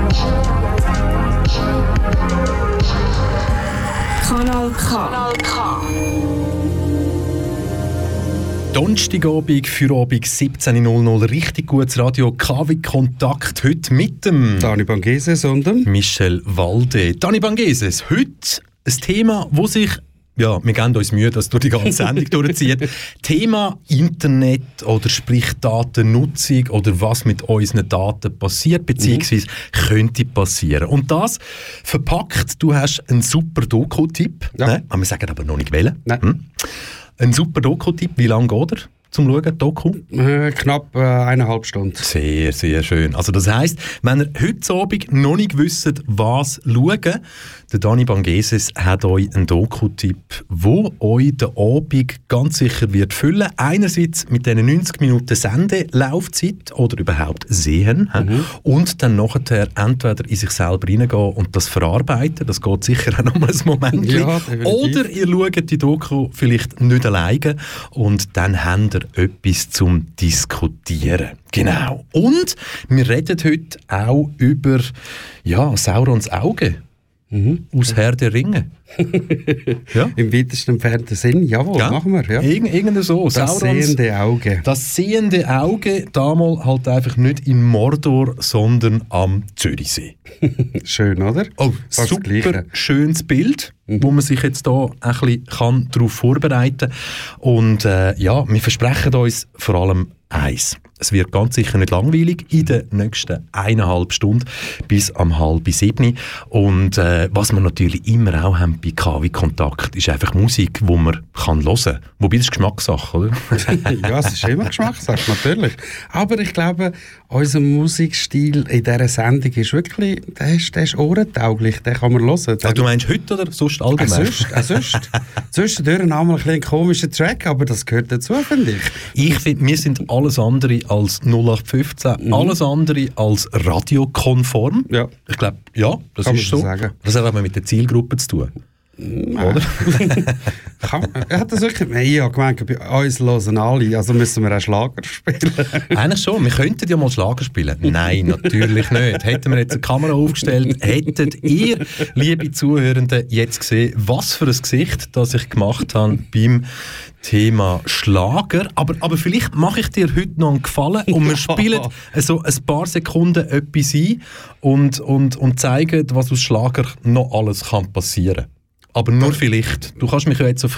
Kanal K. Donnerstagabend, Feierabend, 17.00 Uhr, richtig gutes Radio, KW Kontakt, heute mit dem Dani Bangeses und dem Michel Walde. Dani Bangeses, heute ein Thema, wo sich, ja, wir geben uns Mühe, dass durch die ganze Sendung durchzieht, Thema Internet oder sprich Datennutzung oder was mit unseren Daten passiert, beziehungsweise könnte passieren. Und das verpackt, du hast einen super Doku-Tipp, ne? Wir sagen aber noch nicht wählen. Ein super Doku-Tipp, wie lange geht er zum Schauen, Doku? Knapp 1,5 Stunden. Sehr, sehr schön. Also das heisst, wenn ihr heute Abend noch nicht wisst, was schauen, der Dani Bangeses hat euch einen Doku-Tipp, der euch den Abend ganz sicher wird füllen. Einerseits mit diesen 90 Minuten Sendelaufzeit oder überhaupt sehen und dann nachher entweder in sich selber reingehen und das verarbeiten. Das geht sicher auch noch mal ein Moment. Ja, oder ihr schaut die Doku vielleicht nicht alleine und dann habt ihr etwas zum Diskutieren. Genau. Und wir reden heute auch über Saurons Auge. Aus Herr der Ringe. Ja? Im weitesten entfernten Sinn, jawohl, ja? machen wir. Ja. Irgend so. Das Saurons, sehende Auge. Das sehende Auge, damals halt einfach nicht in Mordor, sondern am Zürichsee. Schön, oder? Oh, Fast super schönes Bild, wo man sich jetzt da ein bisschen darauf vorbereiten kann. Und wir versprechen uns vor allem eins. Es wird ganz sicher nicht langweilig in den nächsten 1,5 Stunden bis um 6:30. Und was wir natürlich immer auch haben bei KW Kontakt, ist einfach Musik, die man hören kann. Wobei das ist Geschmackssache, oder? Ja, es ist immer Geschmackssache, natürlich. Aber ich glaube, unser Musikstil in dieser Sendung ist wirklich, der ist ohrentauglich, den kann man hören. Also, du meinst heute oder sonst allgemein? Sonst. Zwischendurch einmal ein bisschen ein komischer Track, aber das gehört dazu, finde ich. Ich finde, wir sind alles andere als 0815, alles andere als radiokonform. Ja. Ich glaube, ja, das kann ist so. Sagen. Das hat aber mit der Zielgruppe zu tun. Oder? Hat das wirklich? Ich habe gemeint, bei uns hören alle, also müssen wir auch Schlager spielen. Eigentlich schon, wir könnten ja mal Schlager spielen. Nein, natürlich nicht. Hätten wir jetzt eine Kamera aufgestellt, hättet ihr, liebe Zuhörenden, jetzt gesehen, was für ein Gesicht das ich gemacht habe beim Thema Schlager. Aber vielleicht mache ich dir heute noch einen Gefallen und wir spielen so ein paar Sekunden etwas ein und zeigen, was aus Schlager noch alles kann passieren. Aber nur vielleicht. Du kannst mich ja jetzt auf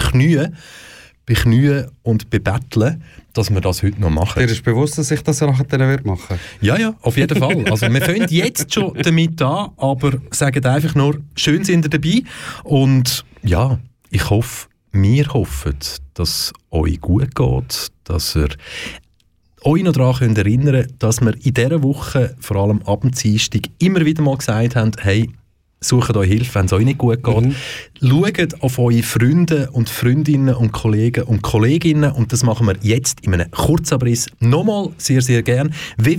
beknien und bebetteln, dass wir das heute noch machen. Dir ist bewusst, dass ich das nachher machen werde? Ja, auf jeden Fall. Also wir fangen jetzt schon damit an, aber sagen einfach nur, schön sind ihr dabei. Und ja, wir hoffen, dass es euch gut geht, dass ihr euch noch daran erinnern könnt, dass wir in dieser Woche, vor allem ab dem Dienstag, immer wieder mal gesagt haben, hey, sucht euch Hilfe, wenn es euch nicht gut geht. Schaut auf eure Freunde und Freundinnen und Kollegen und Kolleginnen und das machen wir jetzt in einem Kurzabriss. Nochmal sehr, sehr gern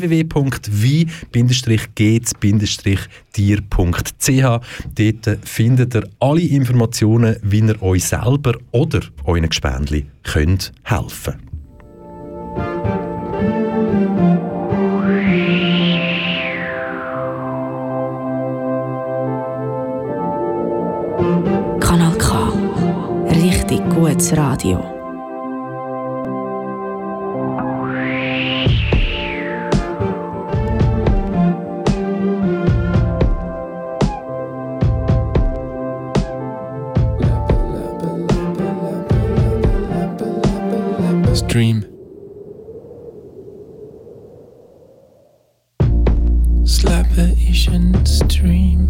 www.wie-gehts-dir.ch. Dort findet ihr alle Informationen, wie ihr euch selber oder euren Gespendli könnt helfen. Kanal K. Richtig gutes Radio. Stream. Slapper ist ein Stream.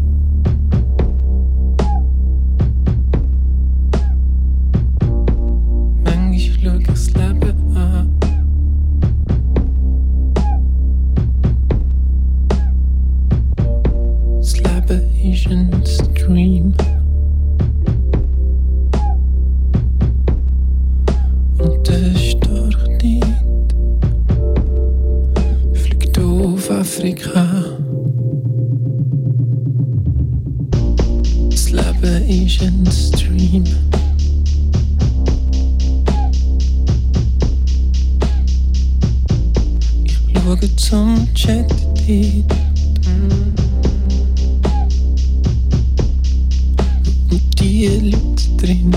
Stream. Und der Storch fliegt auf Afrika. Das Leben ist ein Stream. Ich schaue zum Chat dort. Und die liegt drin.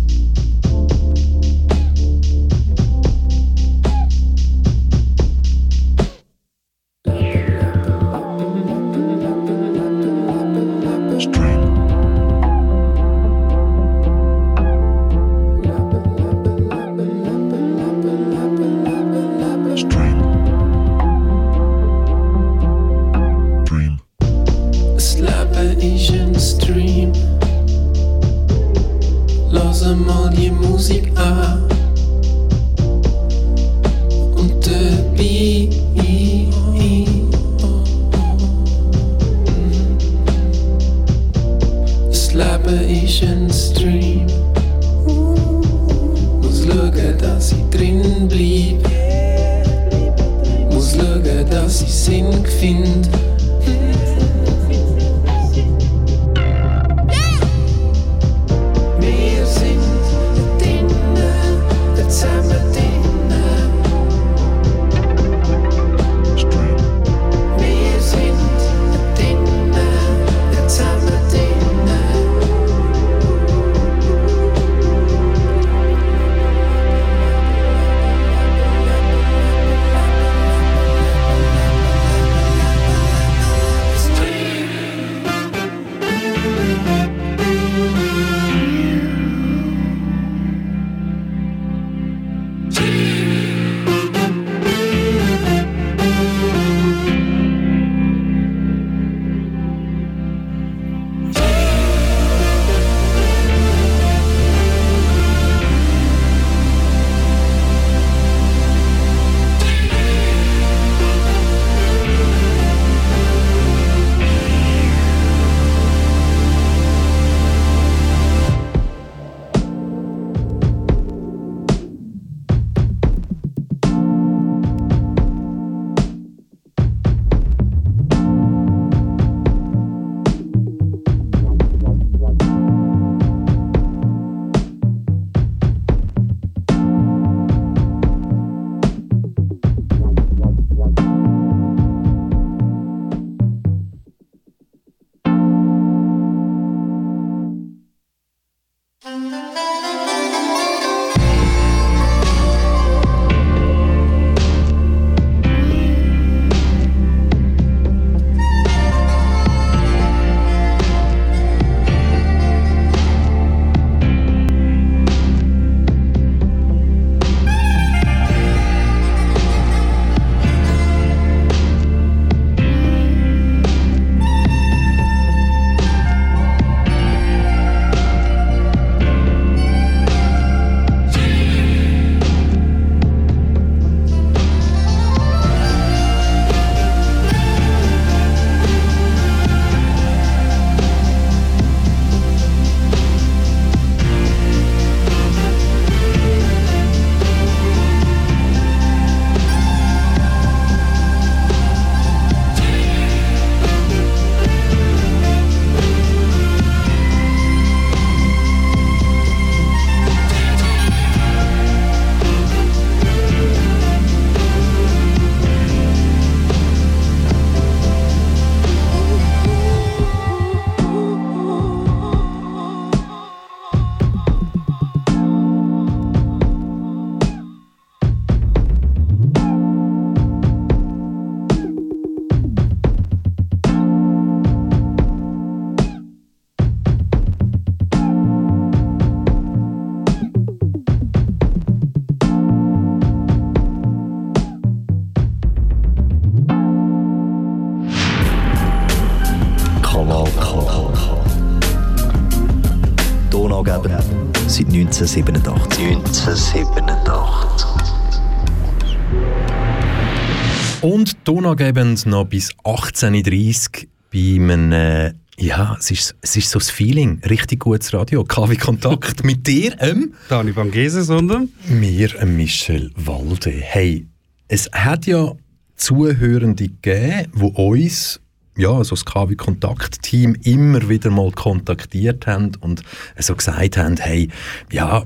Donaugeber seit 1987. Und tonangebend noch bis 18.30 Uhr bei einem, ja, es ist so das Feeling, richtig gutes Radio. KW Kontakt mit dir, Dani van Geses und mir, Michel Walde. Hey, es hat ja Zuhörende gegeben, die uns, ja, also das KW Kontakt-Team immer wieder mal kontaktiert haben und so gesagt haben, hey, ja,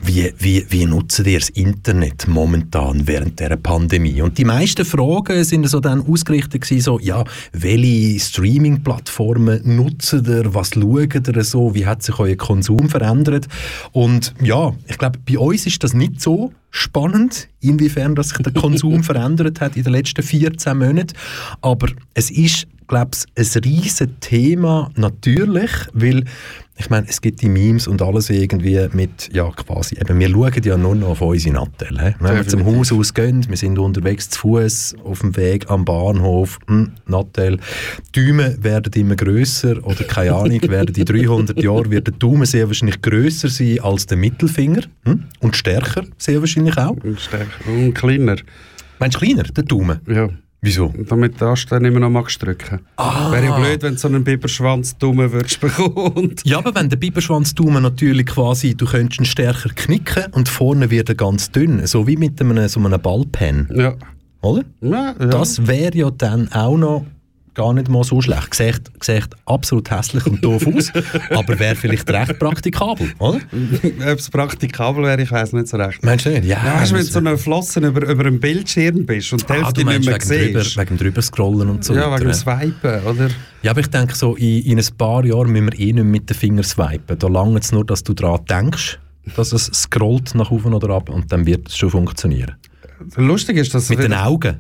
wie nutzen ihr das Internet momentan während dieser Pandemie? Und die meisten Fragen sind so dann ausgerichtet gewesen, so, ja, welche Streaming-Plattformen nutzen ihr, was schaut ihr so, wie hat sich euer Konsum verändert? Und ja, ich glaube, bei uns ist das nicht so spannend, inwiefern dass sich der Konsum verändert hat in den letzten 14 Monaten. Aber es ist, glaube ich, ein riesiges Thema, natürlich, weil ich meine, es gibt die Memes und alles irgendwie mit, ja quasi, eben, wir schauen ja nur noch auf unsere Nattel. Wenn wir zum Haus ausgehen, wir sind unterwegs zu Fuß auf dem Weg am Bahnhof, Nattel, die Daumen werden immer grösser oder keine Ahnung, werden in 300 Jahren wird der Daumen sehr wahrscheinlich grösser sein als der Mittelfinger und stärker sehr wahrscheinlich auch. Und stärker und kleiner. Meinst du kleiner, der Daumen? Ja. Wieso? Damit du dann immer noch magst drücken. Wäre ja blöd, wenn du so einen Biberschwanz-Daumen würdest bekommen. Ja, aber wenn der Biberschwanz-Daumen natürlich quasi, du könntest ihn stärker knicken und vorne wird er ganz dünn, so wie mit so einem Ballpen. Ja. Oder? Ja. Das wäre ja dann auch noch gar nicht mal so schlecht. Sieht absolut hässlich und doof aus, aber wäre vielleicht recht praktikabel, oder? Ob es praktikabel wäre, ich weiss nicht so recht. Meinst du nicht? Ja, weißt du, wenn du so eine Flossen über einem Bildschirm bist und die Hälfte nicht mehr siehst. Wegen drüber scrollen und so. Ja, wegen dem Swipen, oder? Ja, aber ich denke so, in ein paar Jahren müssen wir nicht mehr mit den Fingern swipen. Da langt es nur, dass du daran denkst, dass es scrollt nach oben oder ab und dann wird es schon funktionieren. Lustig ist, dass... Mit den Augen?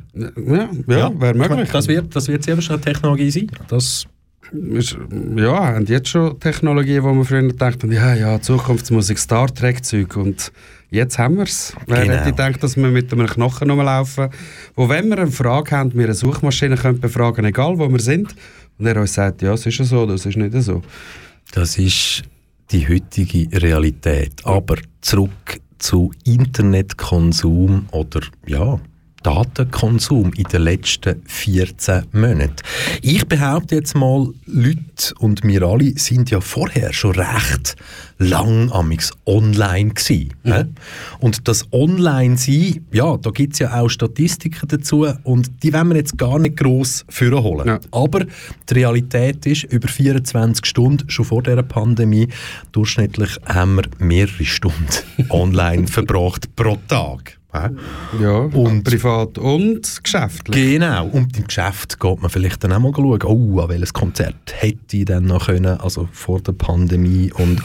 Ja, wäre möglich. Das wird sehr wahrscheinlich eine Technologie sein. Das ist, ja, haben jetzt schon Technologien, wo man früher dachten, ja, Zukunftsmusik, Star Trek-Zeug und jetzt haben wir es. Wer hätte gedacht, dass wir mit einem Knochen rumlaufen, wo, wenn wir eine Frage haben, wir eine Suchmaschine können befragen, egal wo wir sind, und er uns sagt, ja, es ist so, das ist nicht so. Das ist die heutige Realität. Aber zurück zu Internetkonsum oder ja, Datenkonsum in den letzten 14 Monaten. Ich behaupte jetzt mal, Leute und wir alle sind ja vorher schon recht lang online gewesen. Und das Online-Sein, ja, da gibt es ja auch Statistiken dazu und die wollen wir jetzt gar nicht gross vorholen. Ja. Aber die Realität ist, über 24 Stunden, schon vor dieser Pandemie, durchschnittlich haben wir mehrere Stunden online verbracht pro Tag. Ja, und privat und geschäftlich. Genau, und im Geschäft geht man vielleicht dann auch mal schauen, an welches Konzert hätte ich dann noch können, also vor der Pandemie und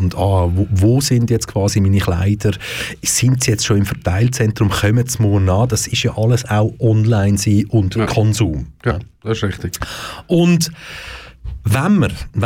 wo sind jetzt quasi meine Kleider, sind sie jetzt schon im Verteilzentrum, kommen sie morgen an, das ist ja alles auch online sein und Konsum. Ja, das ist richtig. Und wenn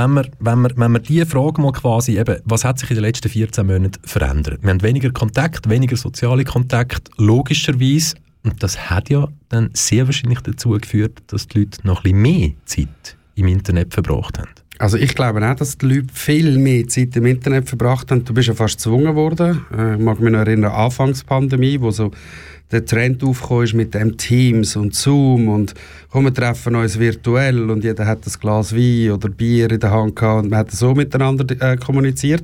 wir diese Frage mal quasi eben, was hat sich in den letzten 14 Monaten verändert? Wir haben weniger Kontakt, weniger soziale Kontakt, logischerweise. Und das hat ja dann sehr wahrscheinlich dazu geführt, dass die Leute noch ein bisschen mehr Zeit im Internet verbracht haben. Also ich glaube auch, dass die Leute viel mehr Zeit im Internet verbracht haben. Du bist ja fast gezwungen worden. Ich mag mich noch erinnern, Anfangspandemie, wo so der Trend aufgekommen ist mit dem Teams und Zoom und komm, wir treffen uns virtuell und jeder hat ein Glas Wein oder Bier in der Hand gehabt und man hat so miteinander kommuniziert.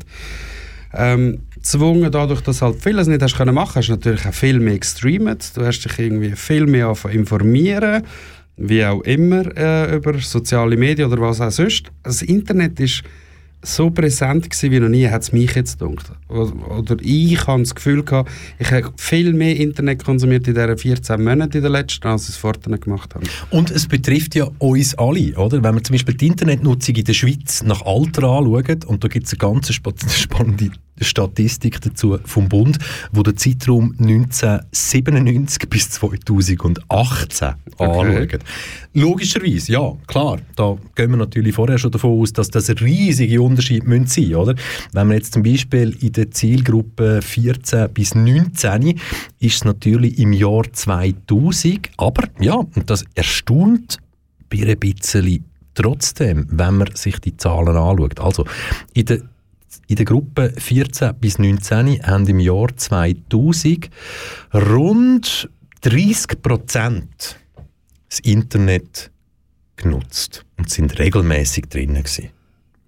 Gezwungen dadurch, dass halt vieles nicht hast können machen, hast du natürlich auch viel mehr gestreamt. Du hast dich irgendwie viel mehr informieren, wie auch immer, über soziale Medien oder was auch sonst. Das Internet ist so präsent gewesen wie noch nie, hat es mich jetzt gedacht. Oder ich habe das Gefühl gehabt, ich habe viel mehr Internet konsumiert in diesen 14 Monaten in den letzten, als ich es vorher gemacht habe. Und es betrifft ja uns alle, oder? Wenn wir zum Beispiel die Internetnutzung in der Schweiz nach Alter anschauen, und da gibt es eine ganz spannende Statistik dazu vom Bund, wo der Zeitraum 1997 bis 2018 anschaut. Logischerweise, ja, klar, da gehen wir natürlich vorher schon davon aus, dass das riesige Unterschiede sein müssen, oder? Wenn wir jetzt zum Beispiel in der Zielgruppe 14 bis 19 ist es natürlich im Jahr 2000, aber ja, und das erstaunt bei ein bisschen trotzdem, wenn man sich die Zahlen anschaut. Also in der Gruppe 14 bis 19 haben im Jahr 2000 rund 30% das Internet genutzt und sind regelmäßig drin gewesen.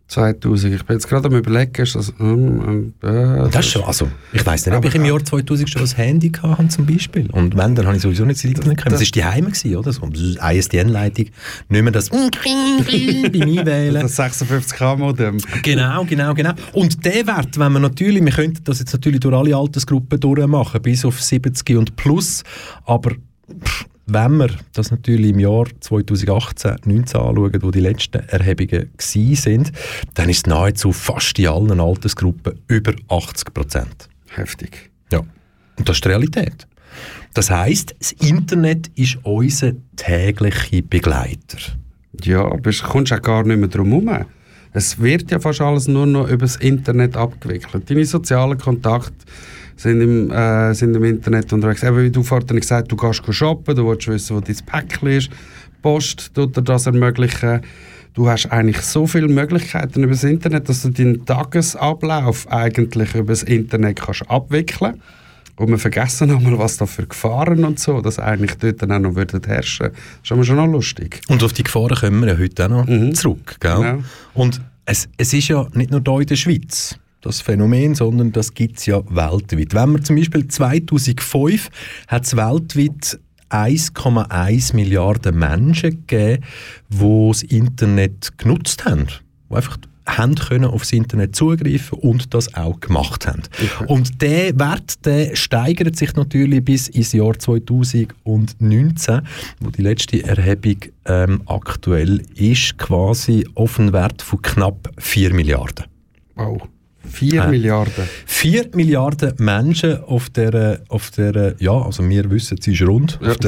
2000, ich bin jetzt gerade am überlegen, ist das... Das ist schon, also ich weiss nicht, ob ich im Jahr 2000 schon ein Handy hatte zum Beispiel. Und wenn, dann habe ich sowieso nicht so nicht können. Das war die Heime, oder? So ISDN-Leitung, nicht mehr das beim Einwählen. Das 56K-Modem. Genau. Und der Wert, wenn wir natürlich, wir könnten das jetzt natürlich durch alle Altersgruppen durchmachen, bis auf 70 und plus, aber wenn wir das natürlich im Jahr 2018-19 anschauen, wo die letzten Erhebungen waren, dann ist es nahezu fast in allen Altersgruppen über 80%. Heftig. Ja, und das ist die Realität. Das heisst, das Internet ist unser täglicher Begleiter. Ja, aber du kommst auch gar nicht mehr drum herum. Es wird ja fast alles nur noch über das Internet abgewickelt. Deine sozialen Kontakte sind im Internet unterwegs. Eben wie du vorhin gesagt hast, du gehst shoppen, du willst wissen, wo dein Päckchen ist. Die Post tut dir das ermöglichen. Du hast eigentlich so viele Möglichkeiten über das Internet, dass du deinen Tagesablauf eigentlich über das Internet kannst abwickeln kannst. Und wir vergessen einmal, was da für Gefahren und so, dass eigentlich dort dann auch noch herrschen würden. Das ist schon noch lustig. Und auf die Gefahren kommen wir ja heute auch noch zurück. Gell? Genau. Und es ist ja nicht nur hier in der Schweiz das Phänomen, sondern das gibt es ja weltweit. Wenn wir zum Beispiel 2005 hat es weltweit 1,1 Milliarden Menschen gegeben, die das Internet genutzt haben, die einfach können aufs Internet zugreifen und das auch gemacht haben. Okay. Und der Wert, der steigert sich natürlich bis ins Jahr 2019, wo die letzte Erhebung aktuell ist, quasi auf einen Wert von knapp 4 Milliarden. Wow. 4 Milliarden. 4 Milliarden Menschen auf der, ja, also wir wissen, sie ist rund, ja.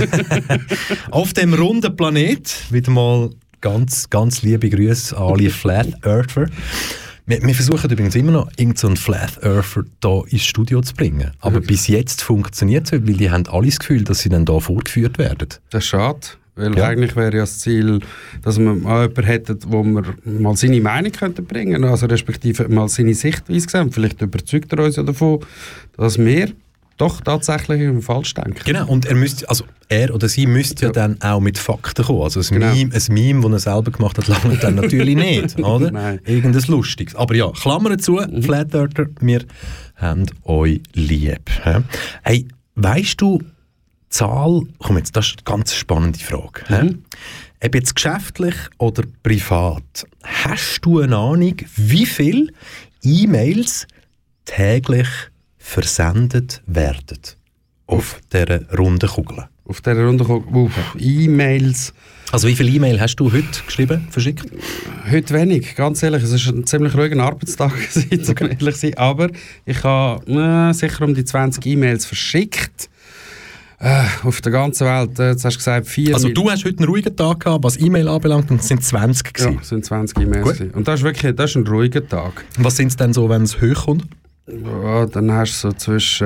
Auf dem runden Planet, wieder mal ganz, ganz liebe Grüße an alle Flat Earther. Wir versuchen übrigens immer noch, irgendeinen Flat Earther hier ins Studio zu bringen. Aber bis jetzt funktioniert es, weil die haben alle das Gefühl, dass sie dann hier vorgeführt werden. Das ist schade. Weil eigentlich wäre ja das Ziel, dass wir mal jemanden hätten, wo wir mal seine Meinung könnten bringen, also respektive mal seine Sichtweise sehen. Vielleicht überzeugt er uns ja davon, dass wir doch tatsächlich falsch denken. Genau, und er oder sie müsste ja dann auch mit Fakten kommen. Also ein Meme, das er selber gemacht hat, langt dann natürlich nicht, oder? Nein. Irgendwas Lustiges. Aber ja, Klammern zu, Flat Earther, wir haben euch lieb. Hey, weisst du, Zahl, das ist eine ganz spannende Frage. Ob jetzt geschäftlich oder privat, hast du eine Ahnung, wie viele E-Mails täglich versendet werden auf dieser runden Kugel? Auf dieser runden Kugel? E-Mails. Also wie viele E-Mails hast du heute geschrieben, verschickt? Heute wenig, ganz ehrlich. Es war ein ziemlich ruhiger Arbeitstag, um ehrlich zu sein. Aber ich habe sicher um die 20 E-Mails verschickt. Auf der ganzen Welt, jetzt hast du gesagt 4... Also du hast heute einen ruhigen Tag gehabt, was E-Mail anbelangt, und es sind 20 gewesen. Ja, es sind 20 E-Mails. Und das ist ein ruhiger Tag. Und was sind es denn so, wenn es hoch kommt? Ja, dann hast du so zwischen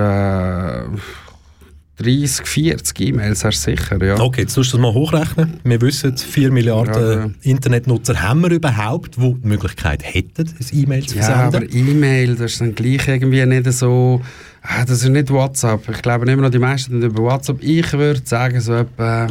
30, 40 E-Mails hast du sicher, ja. Okay, jetzt musst du das mal hochrechnen. Wir wissen, 4 Milliarden Internetnutzer haben wir überhaupt, die die Möglichkeit hätten, ein E-Mail zu versenden. Ja, aber E-Mail, das ist dann gleich irgendwie nicht so... Das ist nicht WhatsApp. Ich glaube immer noch, die meisten sind über WhatsApp. Ich würde sagen, so etwa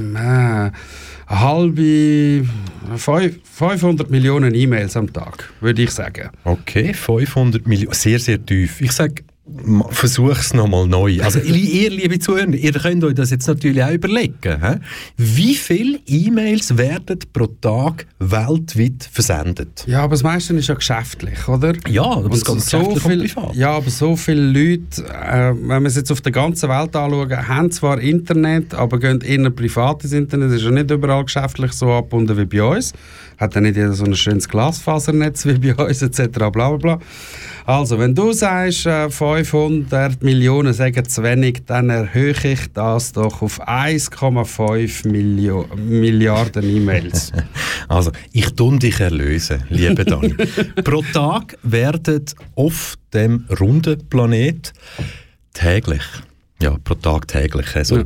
500 Millionen E-Mails am Tag, würde ich sagen. Okay, 500 Millionen, sehr, sehr tief. Ich sage, versuch es nochmal neu. Also ihr, liebe Zuhörer, ihr könnt euch das jetzt natürlich auch überlegen. He? Wie viele E-Mails werden pro Tag weltweit versendet? Ja, aber das meiste ist ja geschäftlich, oder? Ja, aber es geht so viel privat. Ja, aber so viele Leute, wenn wir es jetzt auf der ganzen Welt anschauen, haben zwar Internet, aber gehen eher privates Internet. Das ist ja nicht überall geschäftlich so abgebunden wie bei uns. Hat ja nicht jeder so ein schönes Glasfasernetz wie bei uns, etc. Bla bla bla. Also, wenn du sagst, 500 Millionen sagen zu wenig, dann erhöhe ich das doch auf 1,5 Milliarden E-Mails. Also, ich tue dich erlösen, liebe Dani. Pro Tag werden auf dem runden Planet täglich, ja, pro Tag täglich, also,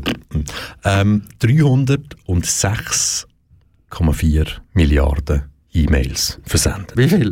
306,4 Milliarden E-Mails versendet. Wie viel?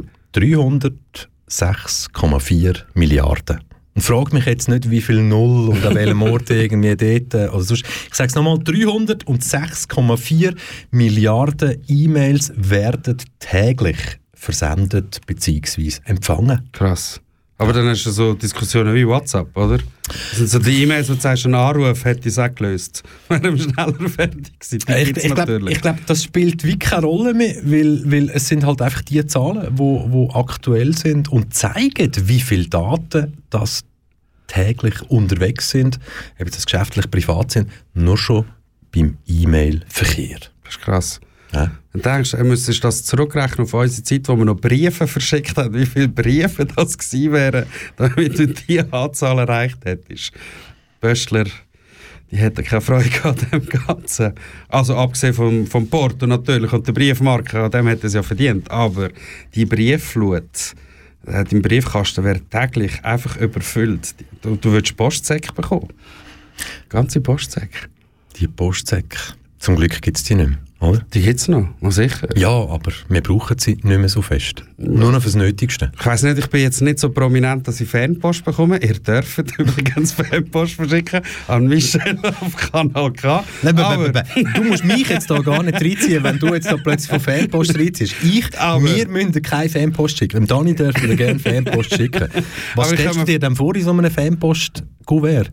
306,4 Milliarden. Und frag mich jetzt nicht, wie viel Null und an welchem Ort irgendwie dort. Also sonst, ich sage es nochmal, 306,4 Milliarden E-Mails werden täglich versendet bzw. empfangen. Krass. Aber dann hast du so Diskussionen wie WhatsApp, oder? Das sind so die E-Mails, wo du sagst, ein Anruf hätte es auch gelöst. Wären wir schneller fertig gewesen. Ich glaube, das spielt wie keine Rolle mehr, weil es sind halt einfach die Zahlen, die aktuell sind und zeigen, wie viele Daten das täglich unterwegs sind, ob das geschäftlich privat sind, nur schon beim E-Mail-Verkehr. Das ist krass. Ja. Und denkst du, müsstest das zurückrechnen auf unsere Zeit, wo wir noch Briefe verschickt haben, wie viele Briefe das gewesen wären, damit du diese Anzahl erreicht hättest. Böstler, die hätten keine Freude an dem Ganzen. Also abgesehen vom Porto natürlich und der Briefmarke, an dem hätten sie ja verdient. Aber die Briefflut, dein Briefkasten wäre täglich einfach überfüllt. Du würdest Postsäcke bekommen. Ganze Postsäcke. Die Postsäcke, zum Glück gibt es die nicht mehr. Oder? Die gibt es noch, sicher. Ja, aber wir brauchen sie nicht mehr so fest. Nur noch fürs Nötigste. Ich weiss nicht, ich bin jetzt nicht so prominent, dass ich Fanpost bekomme. Ihr dürft übrigens Fanpost verschicken an Michel auf Kanal K. Nein, du musst mich jetzt da gar nicht reinziehen, wenn du jetzt da plötzlich von Fanpost reinziehst. Wir müssen keine Fanpost schicken. Dem Dani dürfen wir gerne Fanpost schicken. Was stellst du dir denn vor in so einem Fanpost-Kuvert?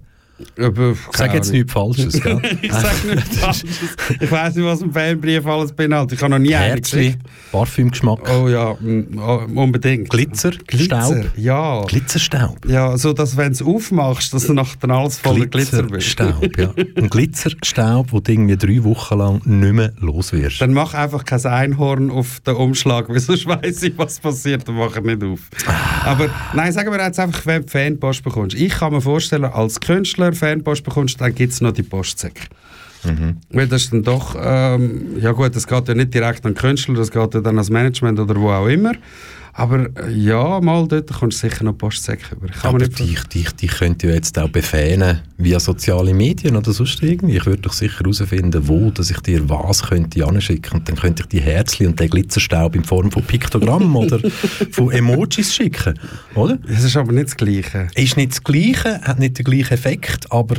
Sag jetzt nichts Falsches, gell? Ich sag nichts Falsches. Ich weiss nicht, was ein Fanbrief alles beinhaltet. Ich habe noch nie einen Herzli, Parfümgeschmack. Oh ja, unbedingt. Glitzer-Staub? Ja. Glitterstaub? Ja, so dass wenn du es aufmachst, dass du nachher dann alles voller Glitzer bist. Glitterstaub, ja. Ein Glitterstaub, wo du irgendwie 3 Wochen lang nicht mehr los wirst. Dann mach einfach kein Einhorn auf den Umschlag, weil sonst weiss ich, was passiert, dann mach ich nicht auf. Aber nein, sagen wir jetzt einfach, wenn du Fanpost bekommst. Ich kann mir vorstellen, als Künstler Fanpost bekommst, dann gibt es noch die Postsäcke. Weil das ist dann doch, ja gut, das geht ja nicht direkt an den Künstler, das geht ja dann ans Management oder wo auch immer. Aber ja, mal dort kommst du sicher noch Postsäcke über. Aber dich könnte ja jetzt auch befähnen via soziale Medien oder sonst irgendwie. Ich würde doch sicher herausfinden, wo dass ich dir was könnte anschicken und dann könnte ich die Herzli und den Glitzerstaub in Form von Piktogrammen oder von Emojis schicken, oder? Es ist aber nicht das Gleiche. Ist nicht das Gleiche, hat nicht den gleichen Effekt, aber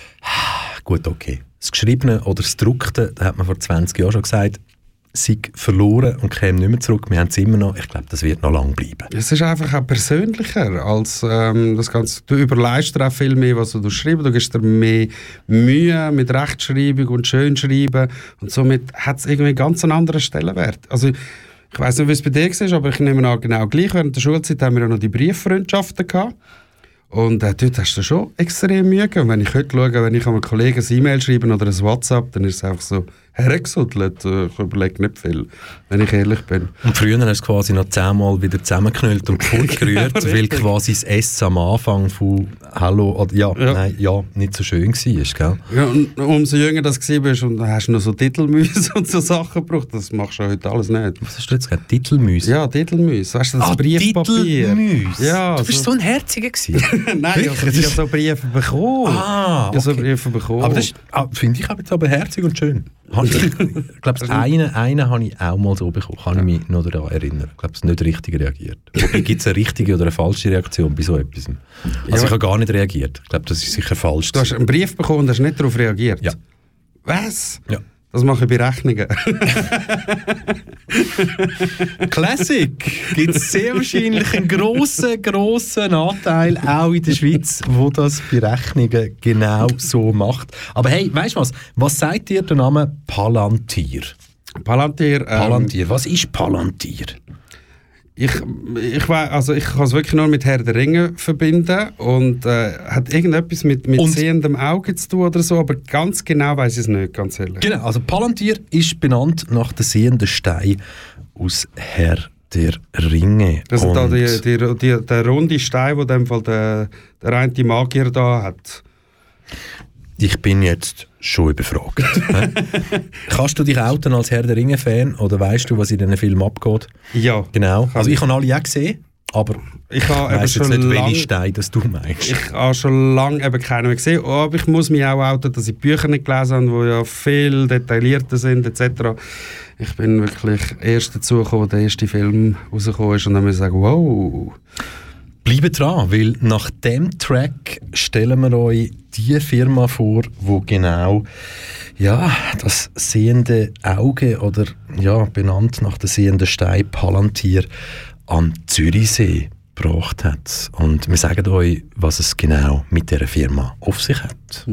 gut, okay. Das Geschriebene oder das Druckte, da hat man vor 20 Jahren schon gesagt, sei verloren und käme nicht mehr zurück. Wir haben es immer noch. Ich glaube, das wird noch lange bleiben. Es ist einfach auch persönlicher als das Ganze. Du überleist dir auch viel mehr, was du schreibst. Du gibst dir mehr Mühe mit Rechtschreibung und Schönschreiben und somit hat es irgendwie ganz einen anderen Stellenwert. Also ich weiss nicht, wie es bei dir war, aber ich nehme an, genau gleich. Während der Schulzeit haben wir ja noch die Brieffreundschaften gehabt. Und dort hast du schon extrem Mühe. Und wenn ich heute schaue, wenn ich an einen Kollegen ein E-Mail schreibe oder ein WhatsApp, dann ist es einfach so hergesuddelt. Ich überlege nicht viel, wenn ich ehrlich bin. Und früher hast du quasi noch 10-mal wieder zusammengeknüllt und fortgerührt, weil quasi das S am Anfang von «Hallo» oder «Ja» nicht so schön war, gell? Ja, und umso jünger das warst und dann hast du noch so Titelmüsse und so Sachen gebraucht, das machst du heute alles nicht. Was hast du jetzt gesagt? Titelmüsse? Ja, Titelmüsse. Weißt du, das Briefpapier. Titelmüsse? Ja, du bist so ein Herziger gewesen. Nein, ich habe so Briefe bekommen. Okay. So Briefe bekommen. Aber das finde ich jetzt aber herzig und schön. Ich glaube, einen habe ich auch mal so bekommen. Kann ich mich noch daran erinnern. Ich glaube, es ist nicht richtig reagiert. Wobei gibt es eine richtige oder eine falsche Reaktion bei so etwas? Also ich habe gar nicht reagiert. Ich glaube, das ist sicher falsch. Du hast einen Brief bekommen und hast nicht darauf reagiert? Ja. Was? Ja. Das mache ich bei Rechnungen. Classic! Gibt es sehr wahrscheinlich einen grossen Anteil, auch in der Schweiz, wo das bei Rechnungen genau so macht. Aber hey, weißt du was? Was sagt dir der Name Palantir? Palantir, was ist Palantir? Ich kann es wirklich nur mit Herr der Ringe verbinden und hat irgendetwas mit sehendem Auge zu tun oder so, aber ganz genau weiss ich es nicht, ganz ehrlich. Genau, also Palantir ist benannt nach dem sehenden Stein aus Herr der Ringe. Das ist da der runde Stein, den in dem Fall der eine Magier da hat. Ich bin jetzt schon überfragt. Kannst du dich outen als Herr der Ringe-Fan oder weißt du, was in diesen Film abgeht? Ja. Genau. Also ich habe alle auch gesehen, aber ich weiss jetzt nicht, welche Steine das du meinst. Ich habe schon lange eben keinen mehr gesehen, aber ich muss mich auch outen, dass ich Bücher nicht gelesen habe, die ja viel detaillierter sind etc. Ich bin wirklich erst dazu gekommen, der erste Film rausgekommen ist und dann muss ich sagen, wow. Bleibt dran, weil nach dem Track stellen wir euch die Firma vor, wo genau das sehende Auge oder benannt nach der sehenden Stein Palantir am Zürichsee gebracht hat. Und wir sagen euch, was es genau mit dieser Firma auf sich hat.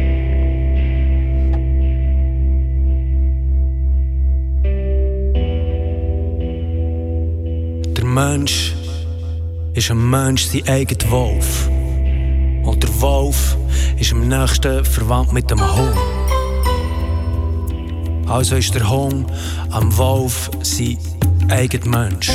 Der Mensch ist ein Mensch sein eigener Wolf. Und der Wolf ist am nächsten verwandt mit dem Hund. Also ist der Hund am Wolf sein eigener Mensch.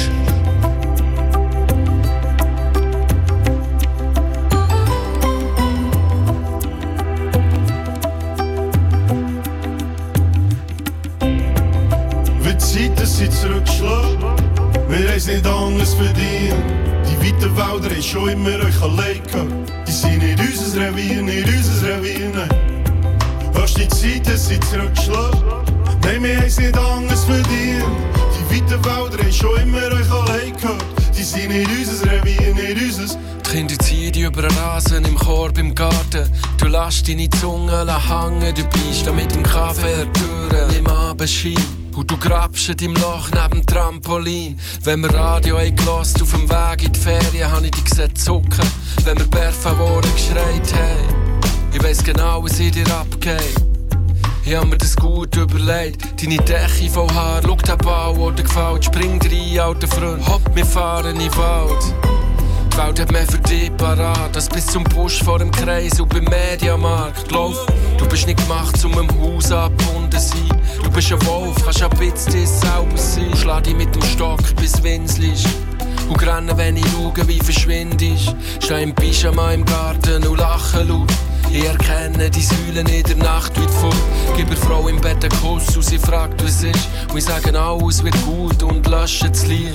Wie die Zeiten sind zurückgeschlagen, wir haben es nicht anders verdient. Die weiten Wälder haben schon immer euch allein gehabt. Die sind nicht unser Revier, nicht unser Revier, nein. Hast die Zeiten sind zurückgeschlagen, nein, wir haben es nicht anders verdient. Die weiten Wälder haben schon immer euch allein gehabt. Die sind nicht unser Revier, nicht unser. Die Kinder ziehen dich über den Rasen im Korb im Garten. Du lässt deine Zunge hängen, du bist mit dem Kaffee der Türe im Abendschein. Und du grabst in deinem Loch neben dem Trampolin. Wenn wir Radio gehört auf dem Weg in die Ferien, hab ich dich gesehen zucken, wenn wir Perfavoren geschreit haben. Ich weiss genau, was in dir abgeht. Ich hab mir das gut überlegt. Deine Decke voll Haar, schau den Bau, der dir gefällt. Spring rein, alter Freund, hopp, wir fahren in den Wald. Die Welt hat mehr für dich parat, als bis zum Busch vor dem Kreis und beim Mediamarkt. Lauf, du bist nicht gemacht, um im Haus abgebunden zu sein. Du bist ein Wolf, kannst ein bisschen dir selber sein. Schlag dich mit dem Stock, bis winselst. Und rennen, wenn ich schaue, wie verschwindest. Steh im Pyjama im Garten und lache laut. Ich erkenne die Säulen in der Nacht weit vor. Gib der Frau im Bett einen Kuss und sie fragt, was ist. Und ich sage, alles wird gut und lösche das Licht.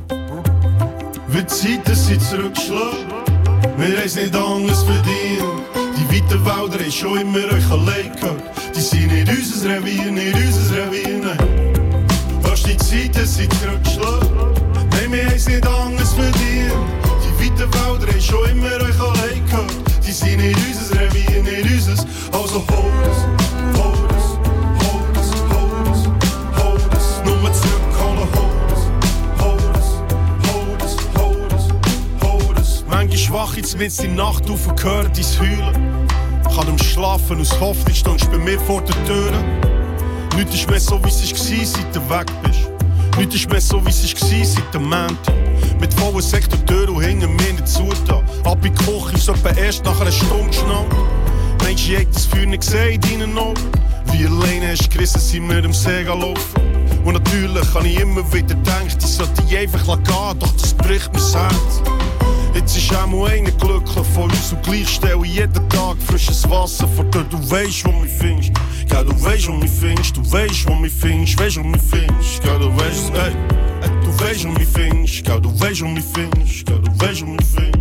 Wie die Zeiten sind zurückgeschlagen, wir haben es nicht anders verdient. Die weiten Wälder haben schon immer euch allein gehabt. Die sind nicht unser Revier, nicht unser Revier, nein. Hast die Zeiten sind zurückgeschlagen, nein, wir haben es nicht anders verdient. Die weiten Wälder haben schon immer euch allein gehabt. Die sind nicht unser Revier, nicht unser. Also hol es, hol es, hol es, hol es, hol es. Nur zurückholen, hol es, hol es, hol es, hol es, hol es. Manchmal schwach jetzt mit in der Nacht auf und höre dein Heulen. Kann am Schlafen aus Hoffnung stehst bei mir vor der Tür. Nichts ist mehr so, wie es war, seit du weg bist. Nichts ist mehr so, wie es war, seit dem Montag. Mit vollen Sektortür und hinten mir nicht zugetan. Ab in die Küche ist etwa erst nach einer Stunde geschnallt. Meinst du, ich hätte das Feuer nicht gesehen in deinen Augen? Wie alleine hast du gerissen, sind wir am See laufen. Und natürlich habe ich immer wieder gedacht, ich sollte die einfach gehen, doch das bricht mir das Herz. Jetzt ist auch mal einer glücklich von uns und gleich stelle ich jeden Tag frisches Wasser vor dir. Du weisst, wo mich findest. Ja, du weisst, wo mich findest. Du weisst, wo mich findest. Weisst, wo mich findest. Ja, du weisst, ey. Du weisst, wo mich findest. Ja, du weisst, wo mich findest. Ja, du weisst, wo mich findest.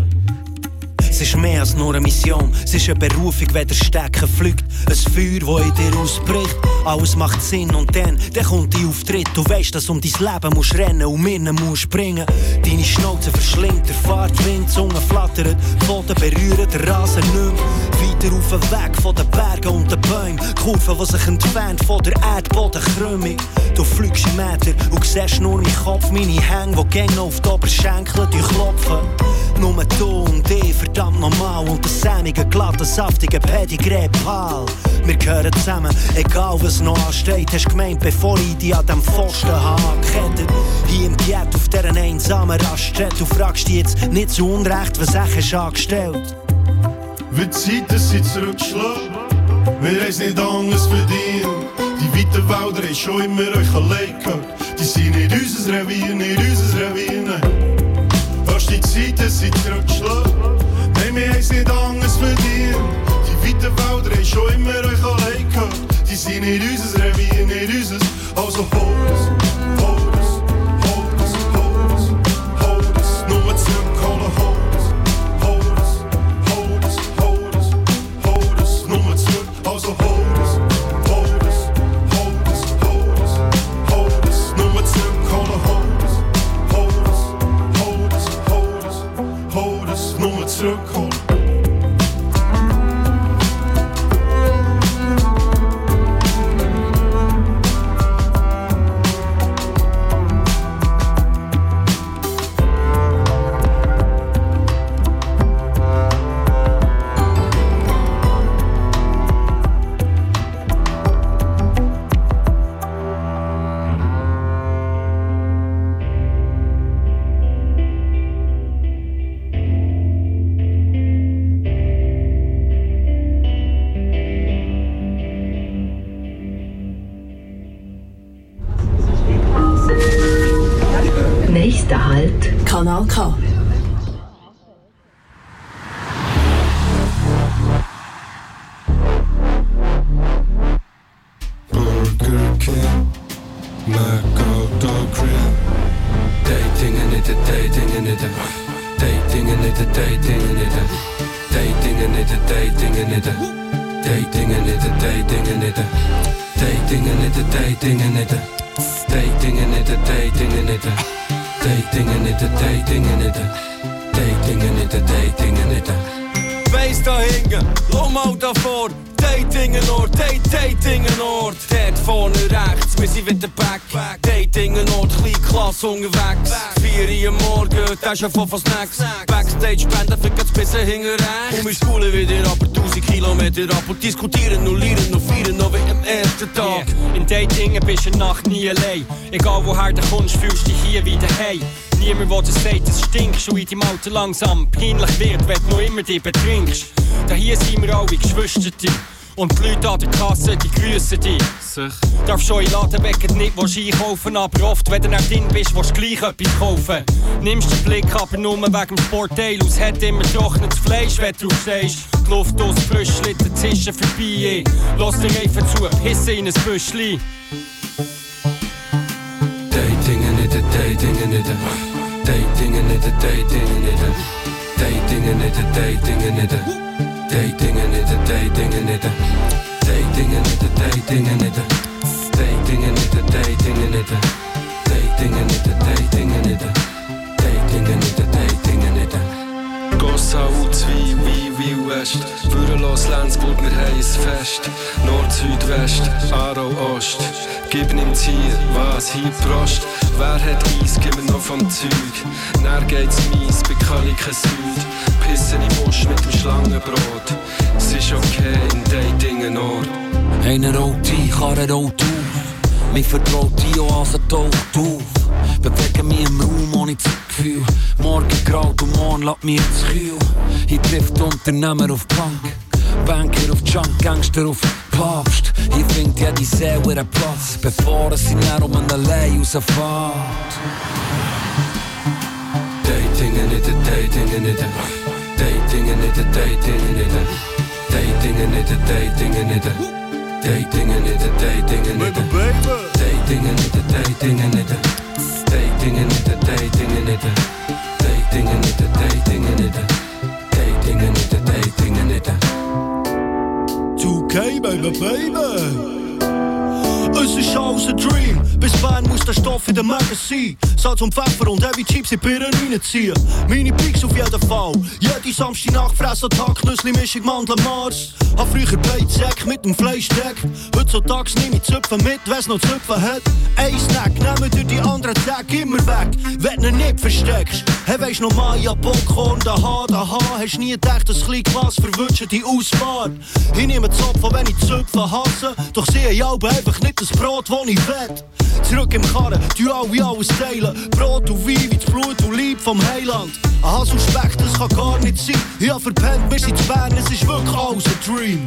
Es ist mehr als nur eine Mission, es ist eine Berufung, wenn der Stecken fliegt. Ein Feuer, das in dir ausbricht, alles macht Sinn und dann kommt die Auftritt. Du weisst, dass um dein Leben musst rennen und mir musst springen. Deine Schnauze verschlingt, der Fahrtwind, die Zunge flattert, die Pfoten berühren den Rasen nicht mehr. Weiter auf den Weg von den Bergen und den Bäumen, Kurven, die sich entfernt von der Erdbodenkrümmung. Du fliegst im Meter und siehst nur meinen Kopf, meine Hänge, die gängig auf die Oberschenkel klopfen. Nur du und ich, verdammt normal. Und das sämige, glatte, saftige Pedigree Pal. Wir gehören zusammen, egal was noch ansteht. Hast gemeint, bevor ich dich an dem Pfosten angekettet. Hier im Ghetto auf dieser einsamen Raststätte. Du fragst dich jetzt nicht zu Unrecht, was ich angestellt. Wie die Zeiten sind zurückgeschlagen, wir haben es nicht anders verdient. Die weiten Wälder haben schon immer euch allein gehabt. Die sind nicht unser Revier, nicht unser Revier, nein. Hast die Zeiten sind zurückgeschlagen, nein, wir haben es nicht anders verdient. Die weiten Wälder haben schon immer euch allein gehabt. Die sind nicht unser Revier, nicht unser. Also hol es, hol es, hol es, hol es, hol es. Nur zurückholen, hol es, hol es, hol es, hol es, hol es. Nur zurück, also hol es, hol es, hol es, hol es, hol es. Nur zurückholen, hol es, hol es, hol es, hol es, hol Nächster Halt, Kanal K. Burger King, McDonald's Grill. Dating and it, dating and it, dating and it, dating and it, dating and it, dating and it, dating and it, dating and it, dating and it, dating and it, dating and it, dating and it, dating and it, dating and it, dating and it, dating and it. Wees da hingen, mal davor. Datingenoord, Datingenoord. Dort vorne rechts, wir sind wieder back. Datingenoord, Kleinklasse unterwegs. 4 Uhr morgen, das ist schon voll von Snacks. Backstage Bänder für ganz bisschen hinterher. Und wir spulen wieder aber 1000 Kilometer ab. Und diskutieren, noch lernen, noch feiern, noch wie am ersten Tag. In Datingen bist du eine Nacht nie allein. Egal woher du kommst, fühlst dich hier wie daheim. Niemand, der dir sagt, es stinkt und in deinem Auto langsam peinlich wird, wenn du noch immer dich betrinkst. Da hier sind wir alle Geschwister. Und die Leute an der Kasse, die grüssen dich. Darfst schon in Ladenbecken nicht einkaufen, aber oft, wenn du nicht drin bist, willst du gleich etwas kaufen. Nimmst den Blick aber nur wegen dem Sportteil, es hat immer trockenes Fleisch, wenn du stehst. Die Luft aus frisch, Schlitten zischen vorbei. Lass dir einfach zu, pisse in ein Büschli. Dating and it, dating and it, dating and it, dating and it, dating and it, dating and it. Dating and it, dating and it, dating and it, dating and it, dating and it, dating and it, dating and it, dating and it, dating and it, dating and it. Gossau, Zwie, wie West, Würelos, Lenzburg, wir haben ein Fest. Nord, Süd, West, Aarau, Ost. Gib nimm's hier, was hier prost. Wer hat Eis, gib mir noch vom Zeug. Dann geht's mies, bei Kalike Süd. Pissen im Busch mit dem Schlangenbrot. Es ist okay in Datingenoord. Einer raucht ein, Karre raucht auf. Mich vertraut die Oase taucht auf. Bewege mich im Raum ohne Zeitgefühl. Morgen graut und morgen lässt mich ins Kühl. Hier trifft Unternehmer auf Punk. Banker auf Junk, Gangster auf Papst. Hier findet jede Seele ihren Platz, bevor sie näher um einen allein rausfährt. Dating and it, dating and it, dating and it, dating and it, dating and it, dating and it, dating and it, dating and it, dating and it, dating and it, dating and it, dating and it, dating and it, dating and it, dating and it, dating and it. 2K, baby. Es ist alles ein Dream. Bis Bern muss der Stoff in den Magen sein. Salz und Pfeffer und Heavy Chips in Birnen reinziehen. Meine Peaks auf jeden Fall. Jede Samstagnacht fressen Tagknüssli, Mischung Mandeln Mars. Hab früher Beizsäck mit dem Fleischdeck. Heutzutage nehme ich Zöpfe mit, wenn's noch Zöpfe hat. Ein Snack, nehmen dir die anderen Tag immer weg. Wenn du ihn nicht versteckst. Hey, weisst noch Maya, Popcorn, da hast nie gedacht, das kleine Glas verwünscht die Ausfahrt. Ich nehme Zopfen, wenn ich Zöpfe hasse. Doch sehe ich auch einfach nicht das Brot, das ich will. Zurück im Karren, du alle alles teilen. Brot und Wein wie das Blut und Leib vom Heiland. Ein Hals und Speck, das kann gar nicht sein. Ich hab verpennt, wir sind zu Bern, es ist wirklich alles ein Dream.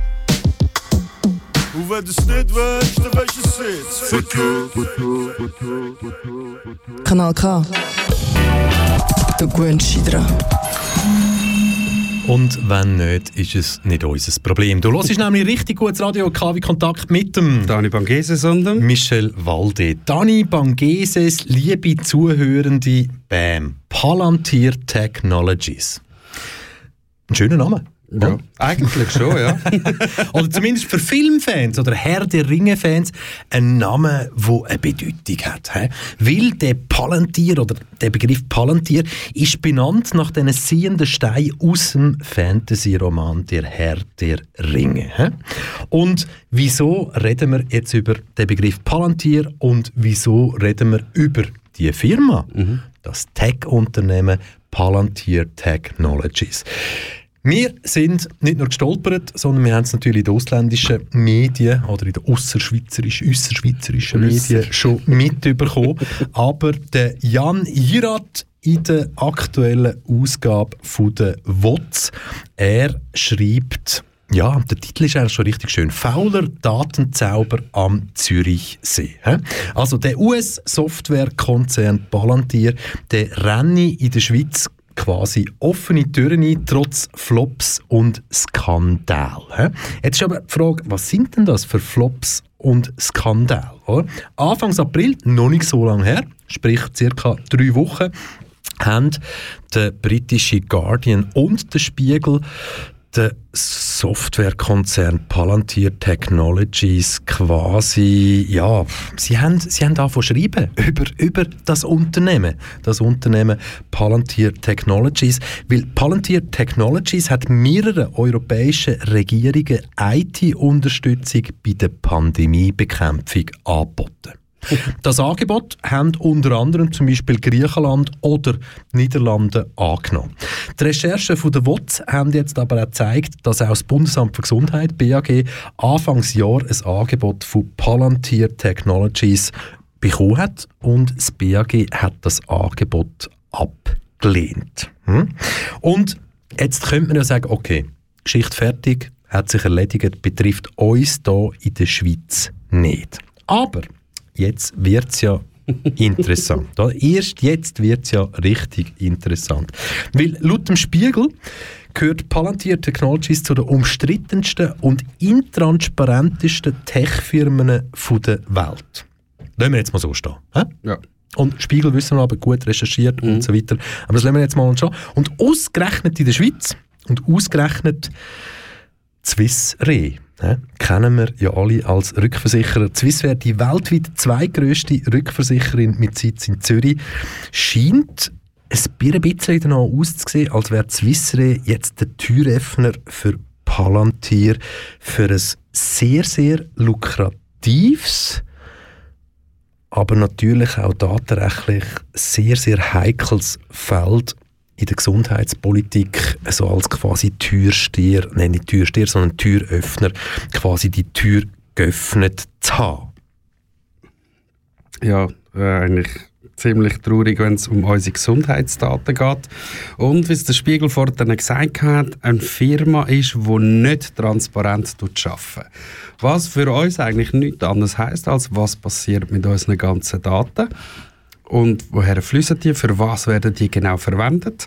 Und wenn du es nicht willst, dann weisst du es jetzt. Kanal K. Du gewöhnst dich dran. Und wenn nicht, ist es nicht unser Problem. Du hörst nämlich richtig gutes Radio KW Kontakt mit dem Dani Bangeses und dem Michel Walde. Dani Bangeses, liebe Zuhörende, BAM, Palantir Technologies. Ein schöner Name. Ja, eigentlich schon, ja. Oder zumindest für Filmfans oder Herr der Ringe-Fans ein Name, der eine Bedeutung hat. He? Weil der Palantir oder der Begriff Palantir ist benannt nach diesen sehenden Steinen aus dem Fantasy-Roman Der Herr der Ringe. He? Und wieso reden wir jetzt über den Begriff Palantir und wieso reden wir über die Firma, das Tech-Unternehmen Palantir Technologies? Wir sind nicht nur gestolpert, sondern wir haben es natürlich in den ausländischen Medien oder in den äusserschweizerischen Medien schon mitbekommen. Aber der Jan Irat in der aktuellen Ausgabe von der WOZ, er schreibt, Ja, der Titel ist eigentlich schon richtig schön. Fauler Datenzauber am Zürichsee. Also der US-Softwarekonzern Palantir, der renne in der Schweiz quasi offene Türen ein, trotz Flops und Skandal. Jetzt ist aber die Frage, was sind denn das für Flops und Skandal? Oder? Anfangs April, noch nicht so lange her, sprich circa 3 Wochen, haben der britische Guardian und der Spiegel der Softwarekonzern Palantir Technologies quasi, ja, sie haben davon schreiben über das Unternehmen Palantir Technologies, weil Palantir Technologies hat mehreren europäischen Regierungen IT-Unterstützung bei der Pandemiebekämpfung angeboten. Das Angebot haben unter anderem zum Beispiel Griechenland oder Niederlande angenommen. Die Recherchen von der WOTS haben jetzt aber auch gezeigt, dass auch das Bundesamt für Gesundheit, BAG, Anfangsjahr ein Angebot von Palantir Technologies bekommen hat und das BAG hat das Angebot abgelehnt. Und jetzt könnte man ja sagen, okay, Geschichte fertig, hat sich erledigt, betrifft uns hier in der Schweiz nicht. Aber jetzt wird es ja interessant. Erst jetzt wird es ja richtig interessant. Weil laut dem Spiegel gehört Palantir Technologies zu den umstrittensten und intransparentesten Tech-Firmen der Welt. Lassen wir jetzt mal so stehen. Ja. Und Spiegel wissen wir aber gut recherchiert und so weiter. Aber das lassen wir jetzt mal schon. Und ausgerechnet in der Schweiz und ausgerechnet Swiss Re, kennen wir ja alle als Rückversicherer. Swiss Re, die weltweit zweitgrösste Rückversicherin mit Sitz in Zürich, scheint ein bisschen danach auszusehen, als wäre Swiss Re jetzt der Türöffner für Palantir für ein sehr, sehr lukratives, aber natürlich auch datenrechtlich sehr, sehr heikles Feld in der Gesundheitspolitik, so als quasi Türsteher, nein, nicht Türsteher, sondern Türöffner, quasi die Tür geöffnet zu haben. Ja, eigentlich ziemlich traurig, wenn es um unsere Gesundheitsdaten geht. Und wie es der Spiegel vorhin gesagt hat, eine Firma ist, die nicht transparent arbeitet. Was für uns eigentlich nichts anderes heisst, als was passiert mit unseren ganzen Daten und woher fließen die, für was werden die genau verwendet.